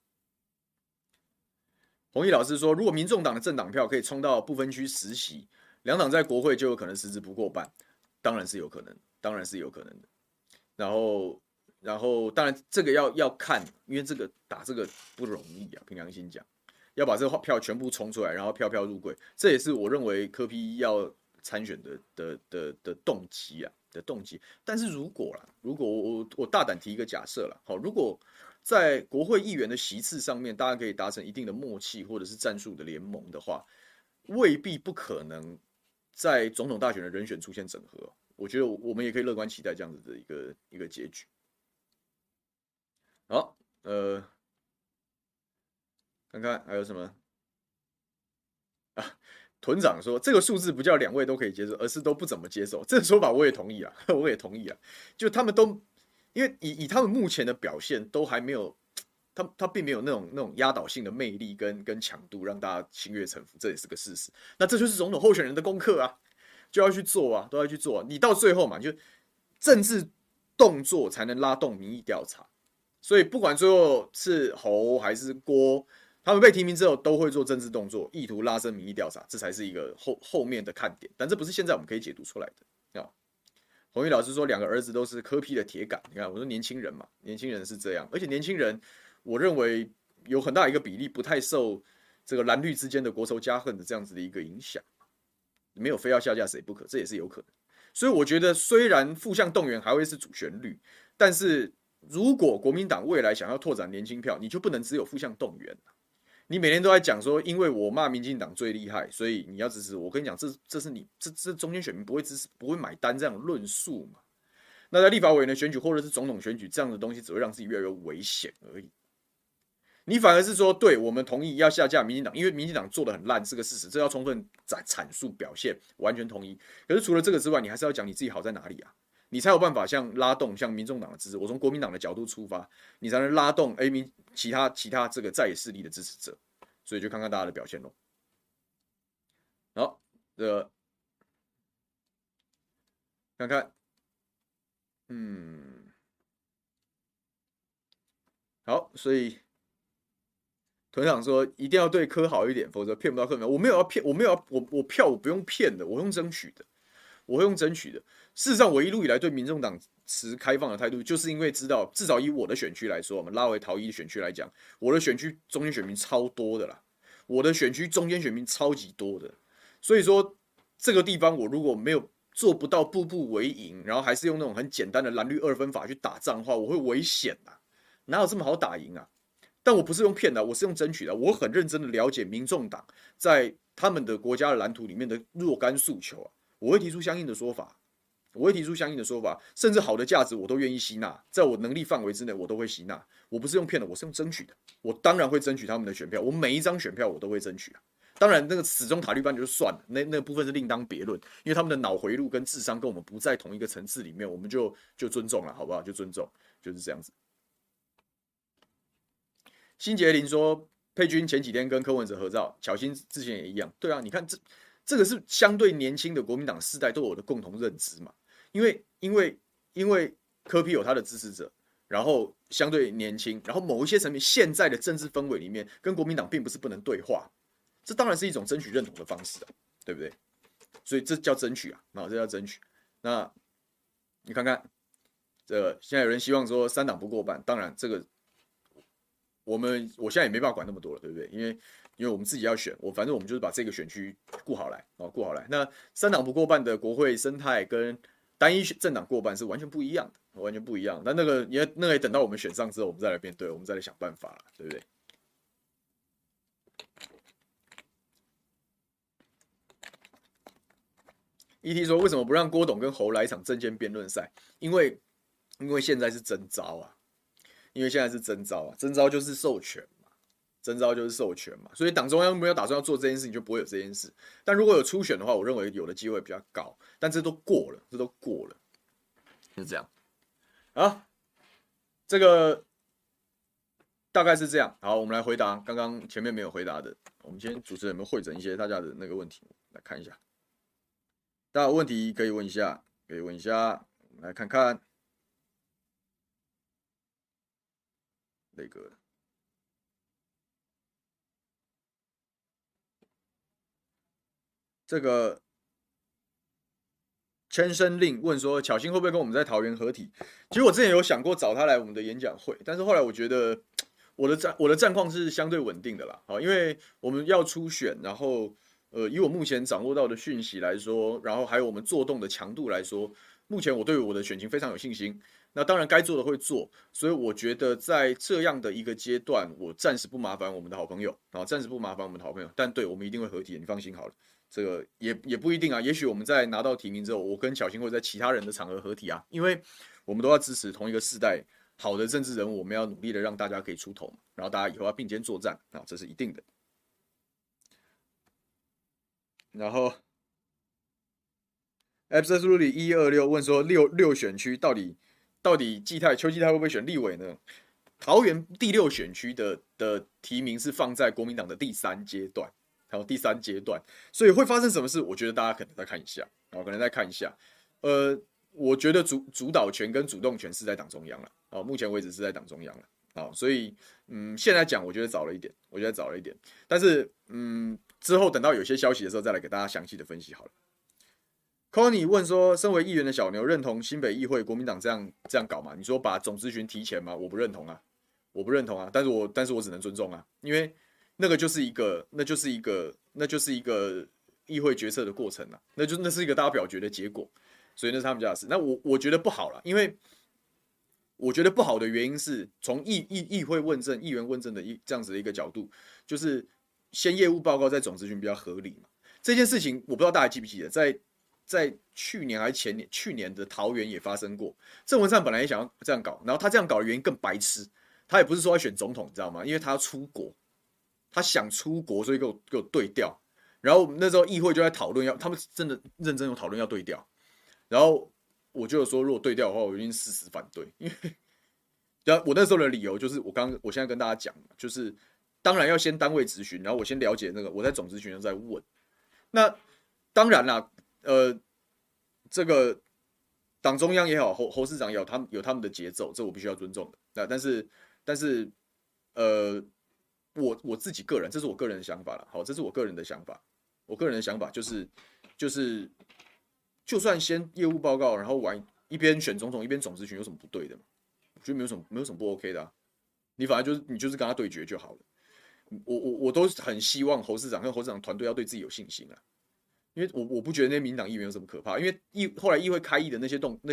弘毅老师说，如果民众党的政党票可以冲到不分区10席，两党在国会就有可能实质不过半，当然是有可能的。然后，当然这个要看，因为打这个不容易啊，凭良心讲，要把这个票全部冲出来，然后票入柜，这也是我认为柯 P 要参选的动机啊的动机。但是如果我大胆提一个假设啦，好，如果在国会议员的席次上面，大家可以达成一定的默契或者是战术的联盟的话，未必不可能在总统大选的人选出现整合，我觉得我们也可以乐观期待这样子的一个结局。好，看看还有什么啊？屯长说这个数字不叫两位都可以接受，而是都不怎么接受。这个说法我也同意啊，我也同意啊。就他们都因为以他们目前的表现都还没有，他并没有那种压倒性的魅力跟强度，让大家心悦诚服，这也是个事实。那这就是总统候选人的功课啊，就要去做啊，都要去做啊。你到最后嘛，就政治动作才能拉动民意调查。所以不管最后是侯还是郭，他们被提名之后都会做政治动作，意图拉升民意调查，这才是一个后面的看点。但这不是现在我们可以解读出来的啊。洪毅老师说，两个儿子都是柯 P 的铁杆。你看，我说年轻人嘛，年轻人是这样，而且年轻人，我认为有很大一个比例不太受这个蓝绿之间的国仇家恨的这样子的一个影响，没有非要下架谁不可，这也是有可能。所以我觉得，虽然负向动员还会是主旋律，但是如果国民党未来想要拓展年轻票，你就不能只有负向动员。你每天都在讲说，因为我骂民进党最厉害，所以你要支持我。我跟你讲，这是你这中间选民不会支持、不会买单这样的论述嘛？那在立法委员的选举或者是总统选举这样的东西，只会让自己越来越危险而已。你反而是说，对我们同意要下架民进党，因为民进党做的很烂是个事实，这要充分阐述表现，完全同意。可是除了这个之外，你还是要讲你自己好在哪里啊？你才有办法拉动像民众党的支持。我从国民党的角度出发，你才能拉动其他这个在野势力的支持者。所以就看看大家的表现咯。好，看看，好，所以屯长说一定要对柯好一点，否则骗不到柯民。我没有要骗，我票我不用骗的，我用争取的。我会用争取的。事实上，我一路以来对民众党持开放的态度，就是因为知道，至少以我的选区来说，我们拉回桃一的选区来讲，我的选区中间选民超多的啦，我的选区中间选民超级多的，所以说这个地方我如果没有做不到步步为营，然后还是用那种很简单的蓝绿二分法去打仗的话，我会危险啊，哪有这么好打赢啊？但我不是用骗的，我是用争取的，我很认真的了解民众党在他们的国家的蓝图里面的若干诉求啊。我会提出相应的说法，甚至好的价值我都愿意吸纳，在我能力范围之内我都会吸纳。我不是用骗的，我是用争取的。我当然会争取他们的选票，我每一张选票我都会争取啊。当然，那个死忠塔利班就算了，那部分是另当别论，因为他们的脑回路跟智商跟我们不在同一个层次里面，我们就尊重了，好不好？就尊重，就是这样子。辛杰林说，佩君前几天跟柯文哲合照，巧芯之前也一样。对啊，你看这个是相对年轻的国民党世代都有的共同认知嘛？因为柯 P 有他的支持者，然后相对年轻，然后某一些层面现在的政治氛围里面，跟国民党并不是不能对话，这当然是一种争取认同的方式啊，对不对？所以这叫争取啊，这叫争取。那你看看，现在有人希望说三党不过半，当然这个我现在也没办法管那么多了，对不对？因为我们自己要选，反正我们就是把这个选区顾好来，顾好来。那三党不过半的国会生态跟单一政党过半是完全不一样的，完全不一样。那个也等到我们选上之后，我们再来面对，我们再来想办法了，对不对？ET 说为什么不让郭董跟侯来一场政见辩论赛？因为现在是征召啊，征召就是授权。征召就是授权嘛，所以党中央没有打算要做这件事情，就不会有这件事。但如果有初选的话，我认为有的机会比较高，但这都过了，是这样。好，这个大概是这样。好，我们来回答刚刚前面没有回答的。我们先主持人有没有汇整一些大家的那个问题，来看一下。大家有问题可以问一下，我们来看看那个。这个千生令问说，巧芯会不会跟我们在桃园合体？其实我之前有想过找他来我们的演讲会，但是后来我觉得我的战况是相对稳定的啦，因为我们要初选，然后以我目前掌握到的讯息来说，然后还有我们做动的强度来说，目前我对我的选情非常有信心。 那当然该做的会做，所以我觉得在这样的一个阶段，我暂时不麻烦我们的好朋友啊，暂时不麻烦我们的好朋友，但对我们一定会合体的，你放心好了。这个也不一定啊，也许我们在拿到提名之后，我跟小新会在其他人的场合合体啊，因为我们都要支持同一个世代好的政治人物，我们要努力的让大家可以出头，然后大家以后要并肩作战啊，这是一定的。然后 Absolutely 126问说六选区到底邱继泰会不会选立委呢？桃园第6选区的提名是放在国民党的第3阶段，还有第3阶段，所以会发生什么事？我觉得大家可能再看一下，可能再看一下。我觉得主导权跟主动权是在党中央了，目前为止是在党中央了，所以现在讲我觉得早了一点，但是之后等到有些消息的时候再来给大家详细的分析好了。Connie 问说，身为议员的小牛认同新北议会国民党这样搞吗？你说把总咨询提前吗？我不认同啊，但是我只能尊重啊，因为那就是一个议会决策的过程啊，那是一个大家表决的结果，所以那是他们家的事。那我觉得不好了，因为我觉得不好的原因是从议会问政、议员问政的这样子的一个角度，就是先业务报告再总咨询比较合理嘛。这件事情我不知道大家记不记得，在去年还是去年的桃园也发生过。郑文灿本来也想要这样搞，然后他这样搞的原因更白痴，他也不是说要选总统，你知道吗？因为他要出国，他想出国，所以给我对调。然后那时候议会就在讨论他们真的认真有讨论要对调。然后我就有说，如果对调的话，我一定誓死反对，因为我那时候的理由就是我现在跟大家讲，就是当然要先单位咨询，然后我先了解那个，我在总咨询又在问。那当然啦，这个党中央也好，侯市长也好，他们有他们的节奏，这我必须要尊重的。但是，我自己个人，这是我个人的想法了。好，这是我个人的想法。我个人的想法就是，就算先业务报告，然后一边选总统一边总咨询，有什么不对的吗？我觉得没有什么不 OK 的啊。你反正你就是跟他对决就好了。我都很希望侯市长跟侯市长团队要对自己有信心啊。因为我不觉得那些民党议员有什么可怕，因为后来议会开议的那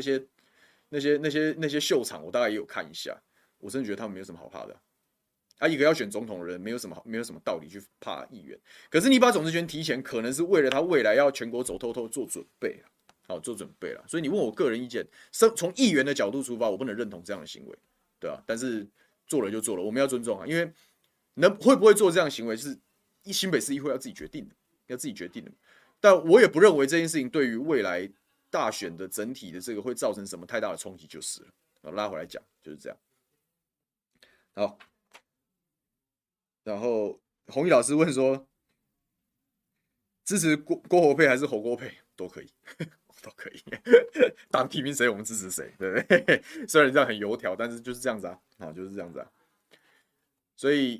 些秀场，我大概也有看一下，我真的觉得他们没有什么好怕的。一个要选总统的人，没有什么道理去怕议员。可是你把总咨权提前，可能是为了他未来要全国走透透做准备啊，好做准备了。所以你问我个人意见，从议员的角度出发，我不能认同这样的行为，对啊，但是做了就做了，我们要尊重啊，因为会不会做这样的行为是新北市议会要自己决定的，但我也不认为这件事情对于未来大选的整体的这个会造成什么太大的冲击，就是了。拉回来讲就是这样。好，然后弘毅老师问说，支持郭侯配还是侯郭配都可以，都可以。当提名谁我们支持谁，对不对？虽然这样很油条，但是就是这样子啊，就是这样子啊。所以，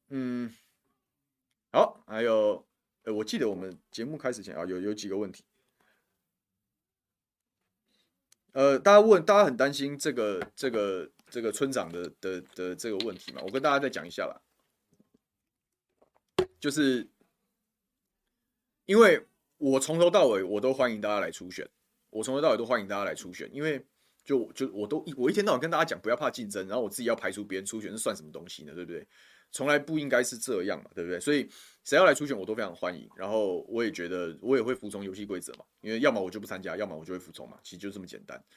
好，还有。我记得我们节目开始前有几个问题，大家很担心这个村长的这个问题嘛，我跟大家再讲一下啦，就是因为我从头到尾我都欢迎大家来初选，因为我一天到晚跟大家讲不要怕竞争，然后我自己要排除别人初选是算什么东西呢？对不对？从来不应该是这样嘛，对不对？所以谁要来初选我都非常欢迎，然后我也觉得我也会服从游戏规则嘛，因为要么我就不参加，要么我就会服从嘛，其实就这么简单。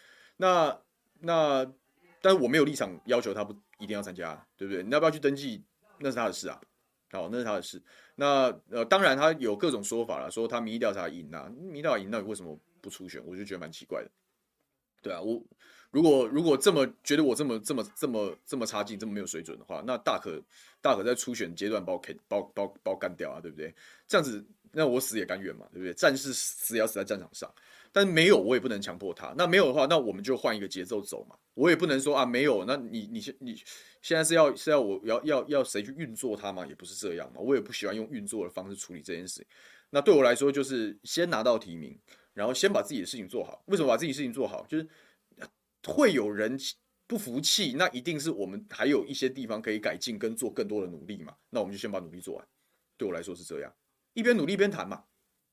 但是我没有立场要求他不一定要参加，对不对？你要不要去登记，那是他的事啊。好，那是他的事。那当然他有各种说法了，说他民意调查赢啊，民意调查赢，那你为什么不初选？我就觉得蛮奇怪的。对啊，如果这么觉得我这么差劲，这么没有水准的话，那大可在初选阶段把我干掉啊，对不对？这样子，那我死也甘愿嘛，对不对？战士死也要死在战场上，但没有我也不能强迫他。那没有的话，那我们就换一个节奏走嘛。我也不能说没有，那你现在是要我要谁去运作它吗？也不是这样嘛。我也不喜欢用运作的方式处理这件事。那对我来说，就是先拿到提名。然后先把自己的事情做好。为什么把自己的事情做好？就是会有人不服气，那一定是我们还有一些地方可以改进跟做更多的努力嘛。那我们就先把努力做完。对我来说是这样，一边努力一边谈嘛。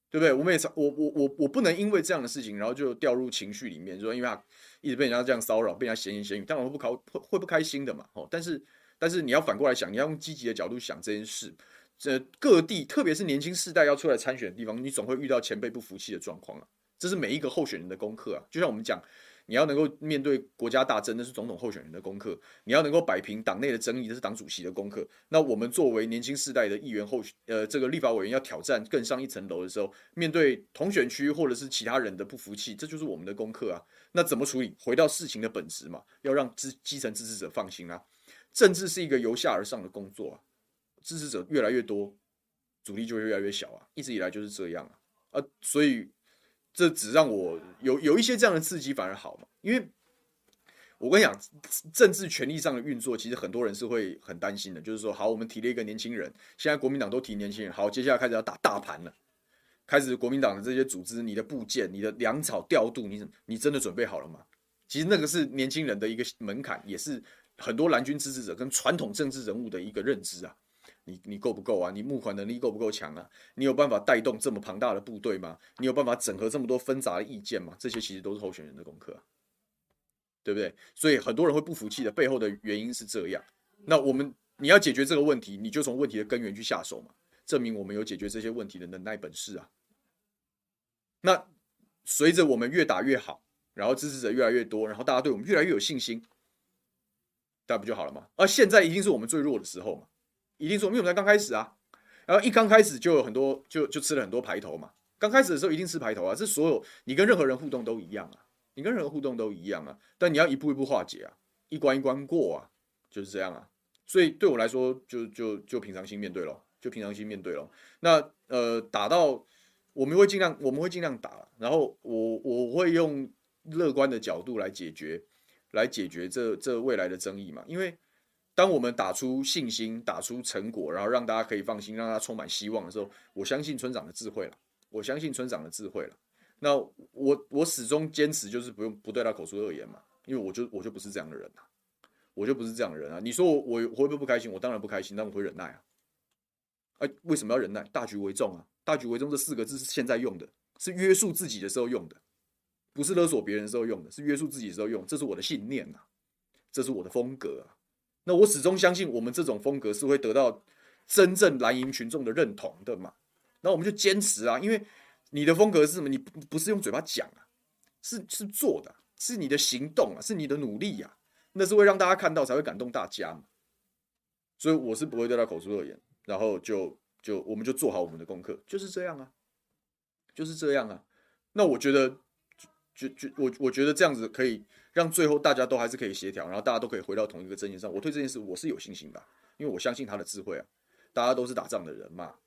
对不对？我们也我不能因为这样的事情，然后就掉入情绪里面，说因为他一直被人家这样骚扰，被人家闲言闲语，当然会不开心的嘛。但是你要反过来想，你要用积极的角度想这件事。各地，特别是年轻世代要出来参选的地方，你总会遇到前辈不服气的状况啊。这是每一个候选人的功课啊。就像我们讲，你要能够面对国家大政，那是总统候选人的功课；你要能够摆平党内的争议，这是党主席的功课。那我们作为年轻世代的议员这个立法委员要挑战更上一层楼的时候，面对同选区或者是其他人的不服气，这就是我们的功课啊。那怎么处理？回到事情的本质嘛，要让基层支持者放心啊。政治是一个由下而上的工作啊。支持者越来越多，阻力就会越来越小啊，一直以来就是这样啊，所以这只让我有一些这样的刺激反而好嘛，因为我跟你讲，政治权力上的运作，其实很多人是会很担心的，就是说，好，我们提了一个年轻人，现在国民党都提年轻人，好，接下来开始要打大盘了，开始国民党的这些组织，你的部件、你的粮草调度，你真的准备好了吗？其实那个是年轻人的一个门槛，也是很多蓝军支持者跟传统政治人物的一个认知啊。你够不够啊？你募款能力够不够强啊？你有办法带动这么庞大的部队吗？你有办法整合这么多纷杂的意见吗？这些其实都是候选人的功课啊，对不对？所以很多人会不服气的背后的原因是这样。那你要解决这个问题，你就从问题的根源去下手嘛，证明我们有解决这些问题的能耐本事啊。那随着我们越打越好，然后支持者越来越多，然后大家对我们越来越有信心，那不就好了吗？而现在一定是我们最弱的时候嘛。一定说，因为我们才刚开始啊，然后一刚开始就有很多就吃了很多排头嘛。刚开始的时候一定吃排头啊，这所有你跟任何人互动都一样啊，你跟任何互动都一样啊，但你要一步一步化解啊，一关一关过啊，就是这样啊。所以对我来说就平常心面对咯，就平常心面对咯。那打到我们会尽量打，然后我会用乐观的角度来解决这未来的争议嘛，因为。当我们打出信心、打出成果，然后让大家可以放心，让大家充满希望的时候，我相信村长的智慧了。我相信村长的智慧了。那我始终坚持就是不对他口出恶言嘛，因为我就不是这样的人啊，我就不是这样的人啊。你说我会不会不开心？我当然不开心，但我会忍耐啊。为什么要忍耐？大局为重啊！大局为重这4个字是现在用的，是约束自己的时候用的，不是勒索别人的时候用的，是约束自己的时候用。这是我的信念啊，这是我的风格啊。那我始终相信，我们这种风格是会得到真正蓝营群众的认同的嘛。那我们就坚持啊，因为你的风格是什么？你不是用嘴巴讲啊，是做的，是你的行动啊，是你的努力啊，那是会让大家看到，才会感动大家嘛。所以我是不会对他口出恶言，然后我们就做好我们的功课，就是这样啊，就是这样啊。那我觉得，我觉得这样子可以让最后大家都还是可以协调，然后大家都可以回到同一个阵线上。我对这件事我是有信心的，因为我相信他的智慧啊。大家都是打仗的人嘛，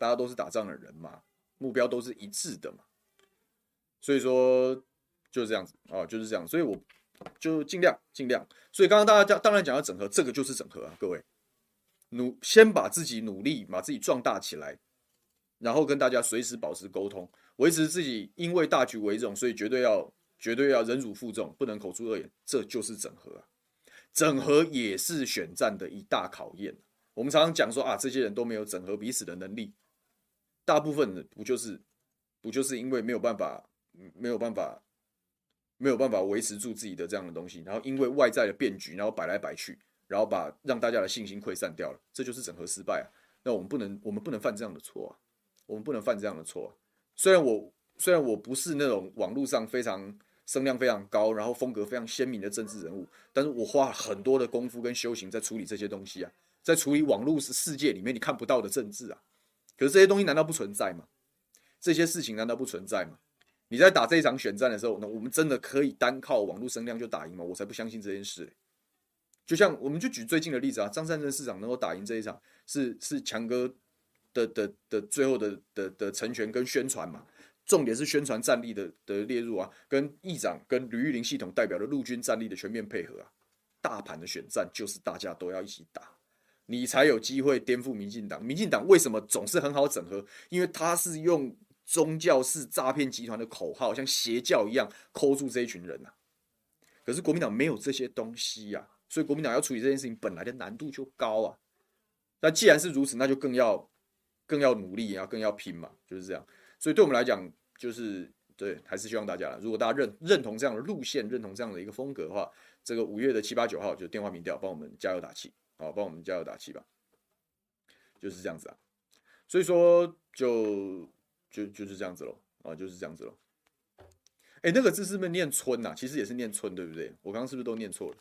目标都是一致的嘛。所以说就是这样子啊，就是这样。所以我就尽量。所以刚刚大家当然讲要整合，这个就是整合啊，各位。先把自己努力，把自己壮大起来，然后跟大家随时保持沟通，维持自己因为大局为重，所以绝对要忍辱负重，不能口出恶言，这就是整合啊。整合也是选战的一大考验。我们常常讲说啊，这些人都没有整合彼此的能力，大部分人不就是因为没有办法维持住自己的这样的东西，然后因为外在的变局，然后摆来摆去，然后让大家的信心溃散掉了，这就是整合失败啊。那我们不能犯这样的错啊，我们不能犯这样的错啊。虽然我不是那种网络上非常声量非常高，然后风格非常鲜明的政治人物，但是我花了很多的功夫跟修行在处理这些东西啊，在处理网络世界里面你看不到的政治啊。可是这些东西难道不存在吗？这些事情难道不存在吗？你在打这一场选战的时候，那我们真的可以单靠网络声量就打赢吗？我才不相信这件事。就像我们就举最近的例子啊，张善政市长能够打赢这一场，是强哥的最后的成全跟宣传嘛。重点是宣传战力的列入啊，跟议长跟吕玉玲系统代表的陆军战力的全面配合啊。大盘的选战就是大家都要一起打，你才有机会颠覆民进党。民进党为什么总是很好整合？因为他是用宗教式诈骗集团的口号，像邪教一样扣住这一群人啊。可是国民党没有这些东西啊，所以国民党要处理这件事情本来的难度就高啊。那既然是如此，那就更要努力啊，更要拼嘛，就是这样。 所以对我们来讲，就是对，还是希望大家，如果大家认同这样的路线，认同这样的一个风格的话，这个5月的7、8、9号就电话民调，帮我们加油打气，好，帮我们加油打气吧，就是这样子啊。所以说就是这样子咯，啊，就是这样子咯。哎，那个字是不是念村呐？其实也是念村，对不对？我刚刚是不是都念错了？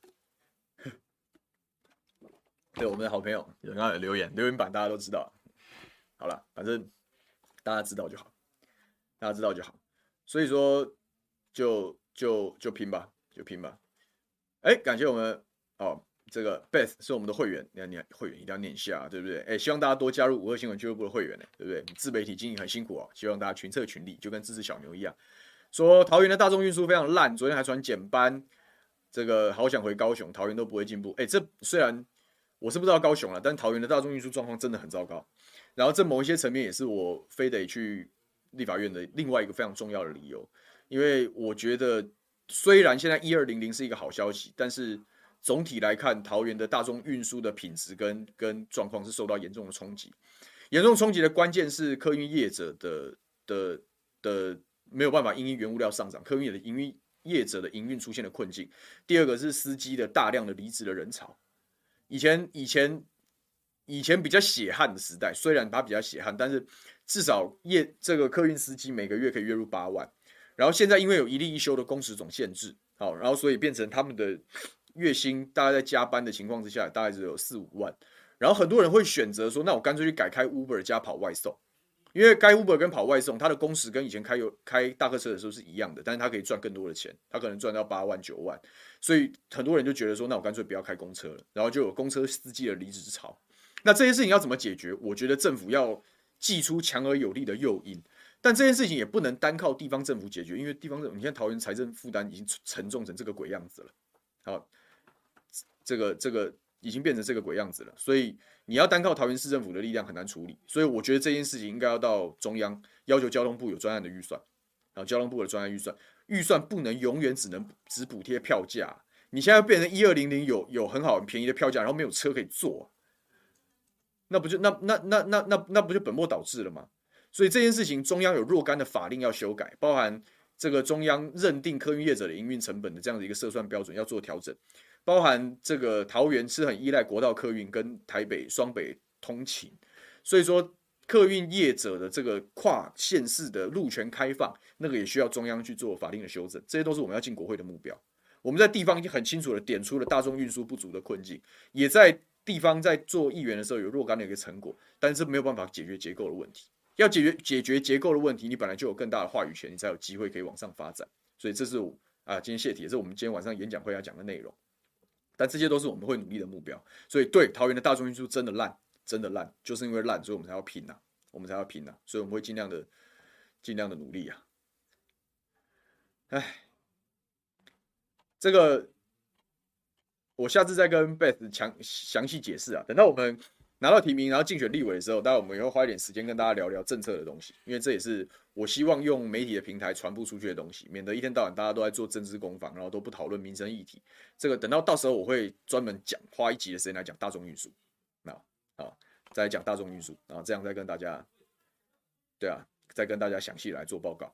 对，我们的好朋友有刚刚有留言板大家都知道。好了，反正大家知道就好，大家知道就好。所以说就拼吧，就拼吧。哎，感谢我们哦，这个 Beth 是我们的会员，你会员一定要念一下，对不对？哎，希望大家多加入52新闻俱乐部的会员呢，对不对？自媒体经营很辛苦哦，希望大家群策群力，就跟支持小牛一样。说桃园的大众运输非常烂，昨天还传减班，这个好想回高雄，桃园都不会进步。哎，这虽然我是不知道高雄了，但桃园的大众运输状况真的很糟糕。然后这某一些层面也是我非得去立法院的另外一个非常重要的理由，因为我觉得虽然现在1200是一个好消息，但是总体来看，桃园的大众运输的品质跟状况是受到严重的冲击。严重冲击的关键是客运业者的没有办法因原物料上涨，客运业者的营运出现了困境。第二个是司机的大量的离职的人潮。以前比较血汗的时代，虽然它比较血汗，但是至少这个客运司机每个月可以月入8万。然后现在因为有一例一休的工时总限制，好，然后所以变成他们的月薪大概在加班的情况之下，大概只有4、5万。然后很多人会选择说，那我干脆去改开 Uber 加跑外送，因为开 Uber 跟跑外送，它的工时跟以前开大客车的时候是一样的，但是它可以赚更多的钱，它可能赚到8万、9万。所以很多人就觉得说，那我干脆不要开公车了，然后就有公车司机的离职潮。那这些事情要怎么解决？我觉得政府要祭出强而有力的诱因，但这件事情也不能单靠地方政府解决，因为地方政府，你看桃园财政负担已经沉重成这个鬼样子了，好，这个已经变成这个鬼样子了，所以你要单靠桃园市政府的力量很难处理，所以我觉得这件事情应该要到中央要求交通部有专案的预算，然后交通部的专案预算不能永远只补贴票价，你现在变成1200有很好很便宜的票价，然后没有车可以坐。那不就本末倒置了吗？所以这件事情，中央有若干的法令要修改，包含这个中央认定客运业者的营运成本的这样的一个设算标准要做调整，包含这个桃园是很依赖国道客运跟台北双北通勤，所以说客运业者的这个跨县市的路权开放，那个也需要中央去做法令的修正，这些都是我们要进国会的目标。我们在地方已经很清楚的点出了大众运输不足的困境，也在地方在做议员的时候有若干的一个成果，但是没有办法解决结构的问题。要解决结构的问题，你本来就有更大的话语权，你才有机会可以往上发展。所以这是今天谢题，也是我们今天晚上演讲会要讲的内容。但这些都是我们会努力的目标。所以对桃园的大众运输真的烂，真的烂，就是因为烂，所以我们才要拼呐，所以我们会尽量的努力啊。唉，这个我下次再跟 Beth 详细解释啊。等到我们拿到提名，然后竞选立委的时候，当然我们也会花一点时间跟大家聊聊政策的东西，因为这也是我希望用媒体的平台传播出去的东西，免得一天到晚大家都在做政治攻防，然后都不讨论民生议题。这个等到时候我会专门花一集的时间来讲大众运输，再来讲大众运输，然后这样再跟大家，再跟大家详细来做报告。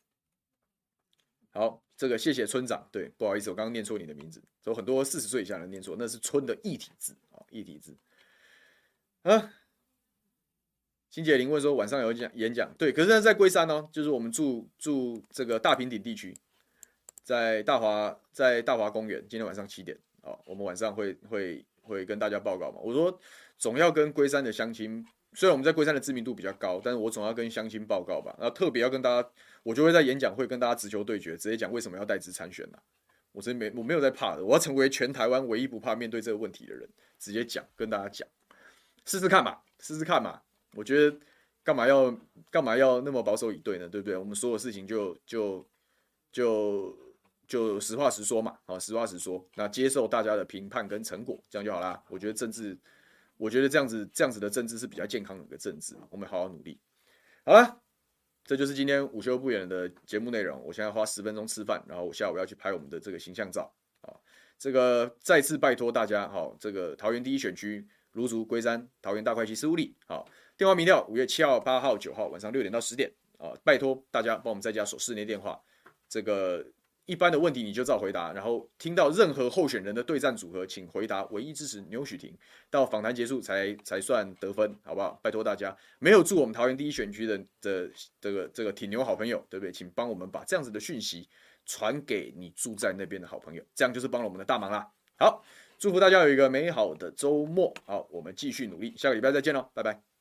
好，这个谢谢村长。对，不好意思，我刚刚念错你的名字。有很多40岁以下的人念错，那是村的异体字啊，异体字。啊，辛杰林问说晚上有演讲，对，可是那在龟山哦，就是我们住这个大平顶地区，在大华公园，今天晚上7点哦，我们晚上会跟大家报告嘛。我说总要跟龟山的乡亲，虽然我们在龟山的知名度比较高，但是我总要跟乡亲报告吧。然后特别要跟大家，我就会在演讲会跟大家直球对决，直接讲为什么要代职参选啊。我没有在怕的，我要成为全台湾唯一不怕面对这个问题的人，直接讲，跟大家讲，试试看嘛。我觉得干嘛要那么保守以对呢？对不对？我们所有事情就实话实说嘛，实话实说，那接受大家的评判跟成果，这样就好啦。我觉得这样子的政治是比较健康的一个政治，我们好好努力。好了。这就是今天午休不远的节目内容。我现在花10分钟吃饭，然后我下午要去拍我们的这个形象照。这个再次拜托大家，这个桃园第1选区芦竹、龟山、桃园大块溪、四五里，电话民调5月7号、8号、9号晚上6点到10点， 啊，拜托大家帮我们在家守室内电话，这个一般的问题你就照回答，然后听到任何候选人的对战组合，请回答唯一支持牛许婷，到访谈结束才算得分，好不好？拜托大家，没有住我们桃园第一选区的这个挺牛好朋友，对不对？请帮我们把这样子的讯息传给你住在那边的好朋友，这样就是帮了我们的大忙啦。好，祝福大家有一个美好的周末，好，我们继续努力，下个礼拜再见喽，拜拜。